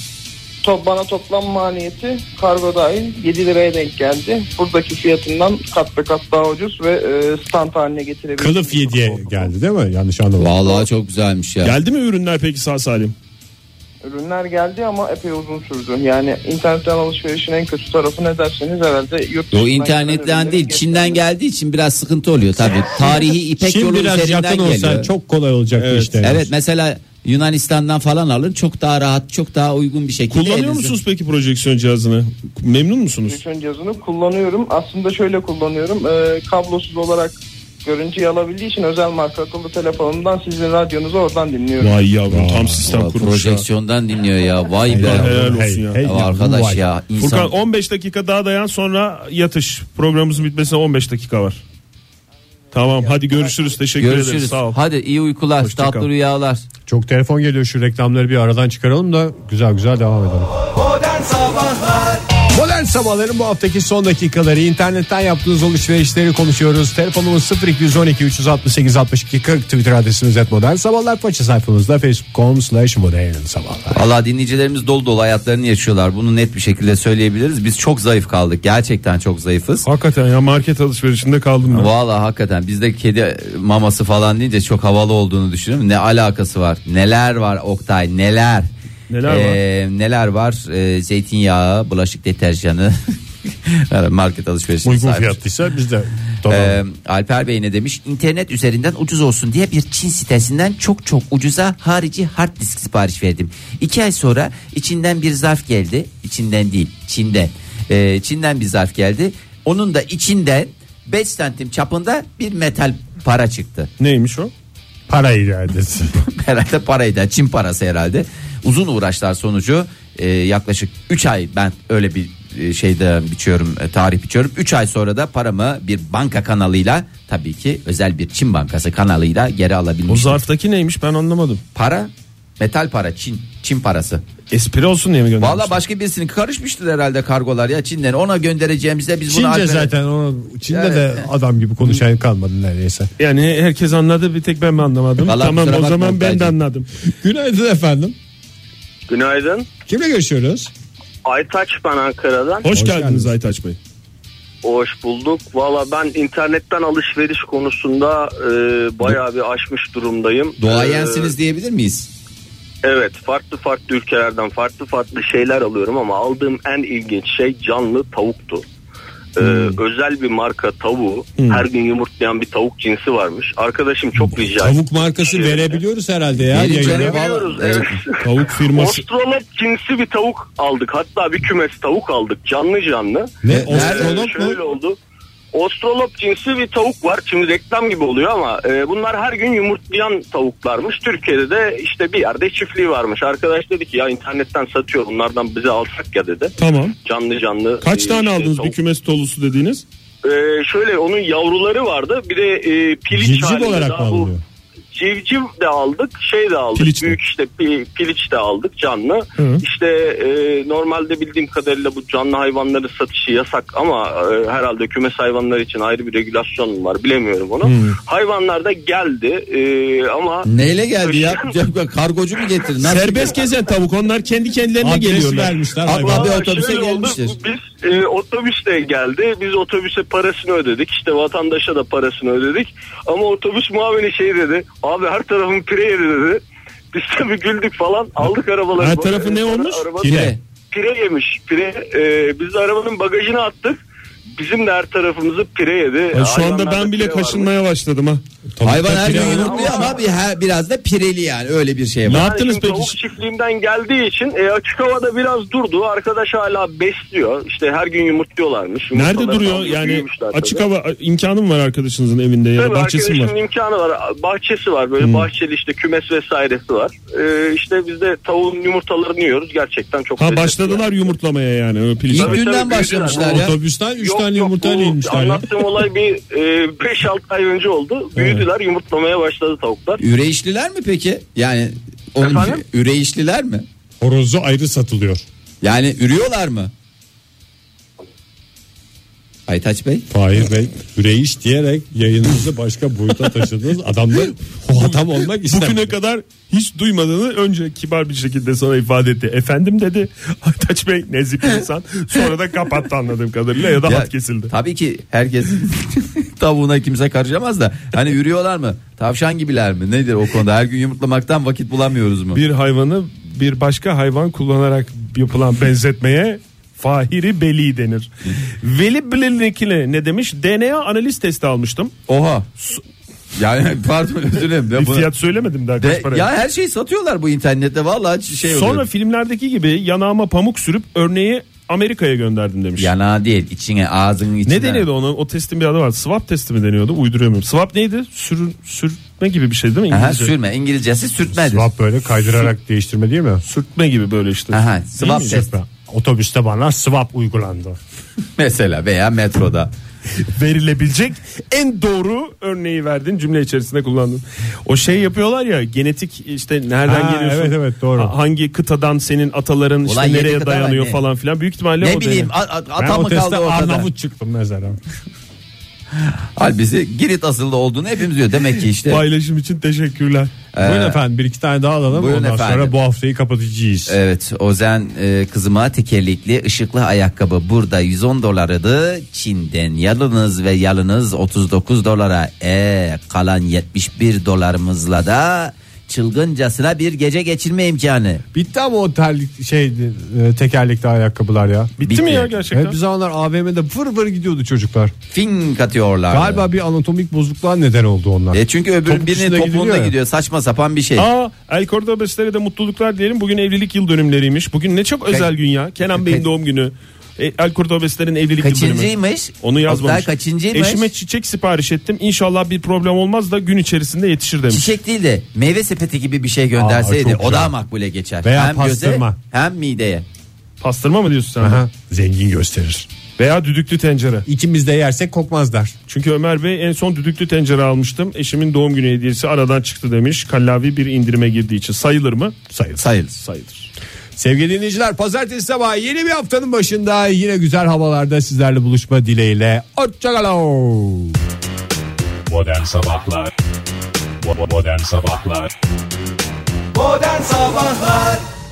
Speaker 13: Top, bana toplam maliyeti kargo dahil yedi liraya denk geldi. Buradaki fiyatından kat be kat daha ucuz ve e, stand haline getirebiliriz.
Speaker 2: Kılıf yediye geldi değil mi? Yanlış anlamadım.
Speaker 4: Vallahi çok güzelmiş ya.
Speaker 3: Geldi mi ürünler peki sağ salim?
Speaker 13: Ürünler geldi ama epey uzun sürdü. Yani internetten alışverişin en kötü tarafı ne derseniz herhalde yurt
Speaker 4: O internetten değil, Çin'den geldiği için biraz sıkıntı oluyor tabii. Tarihi İpek
Speaker 2: Çin
Speaker 4: yolu
Speaker 2: biraz
Speaker 4: üzerinden
Speaker 2: yakın olsa
Speaker 4: geliyor.
Speaker 2: çok kolay olacak
Speaker 3: evet.
Speaker 2: işte.
Speaker 4: Evet, mesela Yunanistan'dan falan alın, çok daha rahat, çok daha uygun bir şekilde.
Speaker 3: Kullanıyor
Speaker 4: elinizde...
Speaker 3: musunuz peki projeksiyon cihazını? Memnun musunuz?
Speaker 13: Projeksiyon cihazını kullanıyorum. Aslında şöyle kullanıyorum. Ee, kablosuz olarak görüntüyü alabildiği için özel marka akıllı telefonumdan sizin radyonuzu oradan dinliyorum.
Speaker 3: Vay yavrum, tam sistem
Speaker 4: Vay,
Speaker 3: kurmuş
Speaker 4: projeksiyondan ya. Dinliyor ya. Vay be.
Speaker 3: Helal olsun ya.
Speaker 2: Hey,
Speaker 4: ya arkadaş
Speaker 2: vay.
Speaker 4: ya. İnsan...
Speaker 3: Furkan on beş dakika daha dayan, sonra yatış. Programımızın bitmesine on beş dakika var. Tamam, hadi görüşürüz. Teşekkür
Speaker 4: Görüşürüz.
Speaker 3: ederiz. Sağ ol.
Speaker 4: Hadi iyi uykular,
Speaker 3: Hoşça
Speaker 4: tatlı
Speaker 3: kal.
Speaker 4: rüyalar.
Speaker 2: Çok telefon geliyor, şu reklamları bir aradan çıkaralım da güzel güzel devam edelim.
Speaker 9: Modern Sabahlar.
Speaker 2: Modern Sabahların bu haftaki son dakikaları, internetten yaptığınız alışverişleri konuşuyoruz. Telefonumuz sıfır iki on iki üç altı sekiz altmış iki kırk, Twitter adresimiz et modern sabahlar, faça sayfamızda facebook nokta com slash modern sabahlar.
Speaker 4: Valla dinleyicilerimiz dolu dolu hayatlarını yaşıyorlar. Bunu net bir şekilde söyleyebiliriz. Biz çok zayıf kaldık. Gerçekten çok zayıfız.
Speaker 3: Hakikaten ya, market alışverişinde kaldım ben.
Speaker 4: Valla hakikaten bizde kedi maması falan deyince çok havalı olduğunu düşünüyorum. Ne alakası var? Neler var Oktay, neler?
Speaker 3: Neler
Speaker 4: ee,
Speaker 3: var?
Speaker 4: Neler var? Ee, zeytinyağı, bulaşık deterjanı. Market alışverişine
Speaker 2: Uygun
Speaker 4: sahip.
Speaker 2: fiyatlıysa biz de
Speaker 4: Ee, Alper Bey ne demiş? İnternet üzerinden ucuz olsun diye bir Çin sitesinden çok çok ucuza harici hard disk sipariş verdim. İki ay sonra içinden bir zarf geldi. İçinden değil, Çin'den. Ee, Çin'den bir zarf geldi. Onun da içinden beş santim çapında bir metal para çıktı.
Speaker 3: Neymiş o?
Speaker 2: para iadesi.
Speaker 4: Herhalde paraydı, Çin parası herhalde. Uzun uğraşlar sonucu e, yaklaşık üç ay ben öyle bir e, şeyde biçiyorum, e, tarih biçiyorum. üç ay sonra da paramı bir banka kanalıyla, tabii ki özel bir Çin bankası kanalıyla geri alabilmiştim.
Speaker 3: O zarftaki neymiş, ben anlamadım.
Speaker 4: Para, metal para, Çin Çin parası.
Speaker 3: Espri olsun diye mi göndermişler?
Speaker 4: Valla başka birisinin karışmıştır herhalde kargolar ya Çin'den, ona göndereceğimizde biz bunu
Speaker 2: Çince
Speaker 4: Alper'e...
Speaker 2: zaten o Çin'de
Speaker 4: Yani-
Speaker 2: de adam gibi konuşan kalmadı neredeyse.
Speaker 3: Yani herkes anladı, bir tek ben mi anlamadım?
Speaker 4: Vallahi
Speaker 3: Tamam,
Speaker 4: kusura
Speaker 3: o
Speaker 4: bakma
Speaker 3: zaman ben de
Speaker 4: Oktay'cığım.
Speaker 3: anladım.
Speaker 2: Günaydın efendim.
Speaker 11: Günaydın.
Speaker 2: Kimle görüşüyoruz?
Speaker 11: Aytaç ben Ankara'dan.
Speaker 3: Hoş,
Speaker 2: Hoş
Speaker 3: geldiniz
Speaker 2: geldiniz.
Speaker 3: Aytaç Bey.
Speaker 11: Hoş bulduk. Valla ben internetten alışveriş konusunda e, bayağı bir aşmış durumdayım.
Speaker 4: Doğayensiniz diyebilir miyiz?
Speaker 11: Evet, farklı farklı ülkelerden farklı farklı şeyler alıyorum ama aldığım en ilginç şey canlı tavuktu. Ee, özel bir marka tavuğu, her gün yumurtlayan bir tavuk cinsi varmış. Arkadaşım çok rica
Speaker 2: Tavuk
Speaker 11: etti.
Speaker 2: markası verebiliyoruz herhalde ya.
Speaker 4: Verin
Speaker 2: yayında.
Speaker 4: canım.
Speaker 11: Biliyoruz,
Speaker 4: Evet.
Speaker 11: evet.
Speaker 3: Tavuk firması.
Speaker 11: Ostrolop cinsi bir tavuk aldık. Hatta bir kümes tavuk aldık canlı canlı.
Speaker 2: Ne?
Speaker 11: Ee,
Speaker 2: Ostrolop
Speaker 11: şöyle
Speaker 2: mu?
Speaker 11: oldu. Ostrolop cinsi bir tavuk var. Şimdi reklam gibi oluyor ama e, bunlar her gün yumurtlayan tavuklarmış. Türkiye'de de işte bir yerde çiftliği varmış. Arkadaş dedi ki ya internetten satıyor, bunlardan bize alsak ya dedi.
Speaker 3: Tamam.
Speaker 11: Canlı canlı.
Speaker 3: Kaç
Speaker 11: e,
Speaker 3: tane
Speaker 11: işte
Speaker 3: aldınız
Speaker 11: tavuk.
Speaker 3: bir kümes dolusu dediğiniz?
Speaker 11: Ee, şöyle onun yavruları vardı. Bir de e, piliç
Speaker 2: Civciv
Speaker 11: halinde
Speaker 2: olarak
Speaker 11: daha
Speaker 2: mı
Speaker 11: bu-
Speaker 2: alınıyor?
Speaker 11: Civciv de aldık, şey de aldık.
Speaker 3: Piliç de.
Speaker 11: Büyük işte pi- piliç de aldık canlı.
Speaker 3: Hı.
Speaker 11: İşte e, normalde bildiğim kadarıyla bu canlı hayvanların satışı yasak ama e, herhalde kümes hayvanlar için ayrı bir regülasyon var. Bilemiyorum onu.
Speaker 3: Hı.
Speaker 11: Hayvanlar da geldi e, ama
Speaker 4: Neyle geldi ya? Kargocu mu getirdi? Nasıl
Speaker 3: Serbest gezen tavuk, onlar kendi kendilerine
Speaker 2: Adresi
Speaker 3: geliyorlar.
Speaker 2: vermişler.
Speaker 4: Abi,
Speaker 2: hayvan.
Speaker 4: abi
Speaker 11: Vallahi
Speaker 4: otobüse
Speaker 11: şöyle oldu,
Speaker 4: gelmiştir.
Speaker 11: Biz e, otobüsle geldi. Biz otobüse parasını ödedik. İşte vatandaşa da parasını ödedik. Ama otobüs muavini şey dedi. Abi her tarafım pire yedi dedi. Biz tabii güldük falan. Aldık arabaları.
Speaker 3: Her tarafı ne olmuş?
Speaker 11: Araba-
Speaker 4: Pire.
Speaker 11: Pire yemiş. Pire. E, biz de arabanın bagajına attık. Bizim de her tarafımızı pire yedi.
Speaker 3: Ay, şu anda
Speaker 11: Hayvanlarda
Speaker 3: ben bile
Speaker 11: pire varmış.
Speaker 3: kaşınmaya başladım ha.
Speaker 4: Hayvan her gün
Speaker 3: pire-
Speaker 4: yumurtluyor ama bir, her, biraz da pireli yani öyle bir şey var.
Speaker 3: Ne
Speaker 11: Yani
Speaker 3: yaptınız
Speaker 11: şimdi
Speaker 3: peki?
Speaker 11: Tavuk çiftliğinden geldiği için e, açık havada biraz durdu. Arkadaş hala besliyor. İşte her gün yumurtluyorlarmış.
Speaker 3: Nerede
Speaker 11: Yumurtaları
Speaker 3: duruyor?
Speaker 11: alıyor,
Speaker 3: Yani
Speaker 11: büyümüşler
Speaker 3: açık
Speaker 11: tabii.
Speaker 3: hava imkanı mı var arkadaşınızın evinde ya da
Speaker 11: Tabii
Speaker 3: bahçesi mi var?
Speaker 11: arkadaşımın imkanı var. Bahçesi var. Böyle
Speaker 3: Hmm.
Speaker 11: bahçeli işte kümes vesairesi var. Ee, işte biz de tavuğun yumurtalarını yiyoruz. Gerçekten çok
Speaker 3: Ha
Speaker 11: lezzetli.
Speaker 3: başladılar yumurtlamaya yani. Öyle piliç.
Speaker 4: İlk
Speaker 11: Tabii,
Speaker 4: günden
Speaker 11: tabii,
Speaker 4: başlamışlar
Speaker 11: büyüdüler.
Speaker 4: ya.
Speaker 2: Otobüsten üç
Speaker 11: Yok,
Speaker 2: tane
Speaker 11: yok,
Speaker 2: yumurtayla
Speaker 11: bu
Speaker 2: inmişler ya.
Speaker 11: Anlattığım olay bir beş altı ay önce oldu. Büyüdüler, yumurtlamaya başladı tavuklar.
Speaker 4: Üreyişliler mi peki? Yani onun
Speaker 11: Efendim?
Speaker 4: üreyişliler mi?
Speaker 2: Horozu ayrı satılıyor.
Speaker 4: Yani ürüyorlar mı? Aytaç Bey.
Speaker 2: Fahir Bey üreyiş diyerek yayınınızı başka boyuta taşıdınız. Adamlar o adam olmak istemedi.
Speaker 3: Bugüne kadar hiç duymadığını önce kibar bir şekilde sana ifade etti. Efendim dedi Aytaç Bey, nezih bir insan. Sonra da kapattı anladığım kadarıyla ya da
Speaker 4: Ya,
Speaker 3: hat kesildi.
Speaker 4: Tabii ki herkes tavuğuna kimse karışamaz da hani ürüyorlar mı? Tavşan gibiler mi? Nedir o konuda? Her gün yumurtlamaktan vakit bulamıyoruz mu?
Speaker 3: Bir hayvanı bir başka hayvan kullanarak yapılan benzetmeye Fahiri Beli denir. Veli Bilinlikli ne demiş? D N A analiz testi almıştım.
Speaker 4: Oha. Yani pardon özür dilerim.
Speaker 3: Bir fiyat söylemedim daha kaç
Speaker 4: De,
Speaker 3: para.
Speaker 4: ya her şeyi satıyorlar bu internette vallahi şey oluyor.
Speaker 3: Sonra filmlerdeki gibi yanağıma pamuk sürüp örneği Amerika'ya gönderdim demiş.
Speaker 4: Yanağı değil, içine, ağzının içine.
Speaker 3: Ne deniyordu ona? O testin bir adı var. Swap testi mi deniyordu? Uyduruyorum. Swap neydi? Sür, sürme gibi bir şey değil mi?
Speaker 4: Aha,
Speaker 3: İngilizce.
Speaker 4: sürme. İngilizcesi sürtmedir.
Speaker 2: Swap böyle kaydırarak değiştirme değil mi?
Speaker 3: Sürtme gibi böyle işte.
Speaker 4: Aha,
Speaker 3: Değil
Speaker 4: swap
Speaker 3: mi?
Speaker 4: test.
Speaker 2: Otobüste bana swap uygulandı.
Speaker 4: Mesela veya metroda.
Speaker 3: Verilebilecek en doğru örneği verdin, cümle içerisinde kullandın. O şey yapıyorlar ya, genetik işte nereden
Speaker 2: Ha,
Speaker 3: geliyorsun?
Speaker 2: evet, evet, doğru.
Speaker 3: Ha, hangi kıtadan senin ataların
Speaker 4: Ulan
Speaker 3: işte
Speaker 4: yedi
Speaker 3: nereye
Speaker 4: kıta var,
Speaker 3: dayanıyor
Speaker 4: ne?
Speaker 3: falan filan. Büyük ihtimalle
Speaker 4: Ne
Speaker 3: o
Speaker 4: bileyim
Speaker 3: deniyor.
Speaker 4: a- a-
Speaker 2: Ben
Speaker 4: ata
Speaker 2: o
Speaker 4: mı kaldı
Speaker 2: testte
Speaker 4: ortada?
Speaker 2: Arnavut çıktım mesela.
Speaker 4: Halbuki Girit asıllı olduğunu hepimiz diyor. Demek ki işte.
Speaker 3: Paylaşım için teşekkürler.
Speaker 4: Ee,
Speaker 2: Buyurun efendim, bir iki tane daha alalım.
Speaker 4: buyurun
Speaker 2: Ondan
Speaker 4: efendim.
Speaker 2: sonra bu haftayı kapatacağız.
Speaker 4: Evet, Ozen e, kızıma tekerlekli ışıklı ayakkabı burada yüz on dolarıydı. Çin'den yalınız ve yalınız otuz dokuz dolara. E kalan yetmiş bir dolarımızla da çılgıncasına bir gece geçirme imkanı.
Speaker 2: Bitti ama o terlik şey e, tekerlekli ayakkabılar ya.
Speaker 3: Bitti,
Speaker 4: Bitti.
Speaker 3: mi ya gerçekten?
Speaker 2: Evet, bir zamanlar A V M'de fır fır gidiyordu çocuklar.
Speaker 4: Fink atıyorlar.
Speaker 2: Galiba bir anatomik bozukluklar neden oldu onlar.
Speaker 4: E çünkü öbürünün
Speaker 2: Top
Speaker 4: birinin
Speaker 2: dışına
Speaker 4: topuğunda
Speaker 2: gidiliyor ya.
Speaker 4: gidiyor. Saçma sapan bir şey.
Speaker 3: Aa, El Cordobeslere de mutluluklar diyelim. Bugün evlilik yıl dönümleriymiş. Bugün ne çok özel gün ya. Kenan Bey'in
Speaker 4: Ka-
Speaker 3: doğum günü. E, El Cordobeslerin evlilik yıl dönümü.
Speaker 4: Kaçıncıymış?
Speaker 3: Onu yazmamış.
Speaker 4: Oktay kaçıncıymış?
Speaker 3: Eşime çiçek sipariş ettim. İnşallah bir problem olmaz da gün içerisinde yetişir demiş.
Speaker 4: Çiçek değil de meyve sepeti gibi bir şey gönderseydi
Speaker 2: Aa, çok
Speaker 4: o
Speaker 2: güzel.
Speaker 4: daha makbule geçer.
Speaker 2: Veya
Speaker 4: hem göze
Speaker 2: pastırma.
Speaker 4: hem mideye.
Speaker 3: Pastırma mı diyorsun sen?
Speaker 2: Aha, zengin gösterir.
Speaker 3: Veya düdüklü tencere.
Speaker 2: İkimiz de yersek kokmazlar.
Speaker 3: Çünkü Ömer Bey en son düdüklü tencere almıştım. Eşimin doğum günü hediyesi aradan çıktı demiş. Kallavi bir indirime girdiği için. Sayılır mı?
Speaker 2: Sayılır.
Speaker 4: Sayılır.
Speaker 3: Sayılır.
Speaker 2: Sevgili dinleyiciler, pazartesi sabahı yeni bir haftanın başında yine güzel havalarda sizlerle buluşma dileğiyle. Hoşçakalın.
Speaker 6: Modern Sabahlar Bo- Modern Sabahlar
Speaker 9: Modern Sabahlar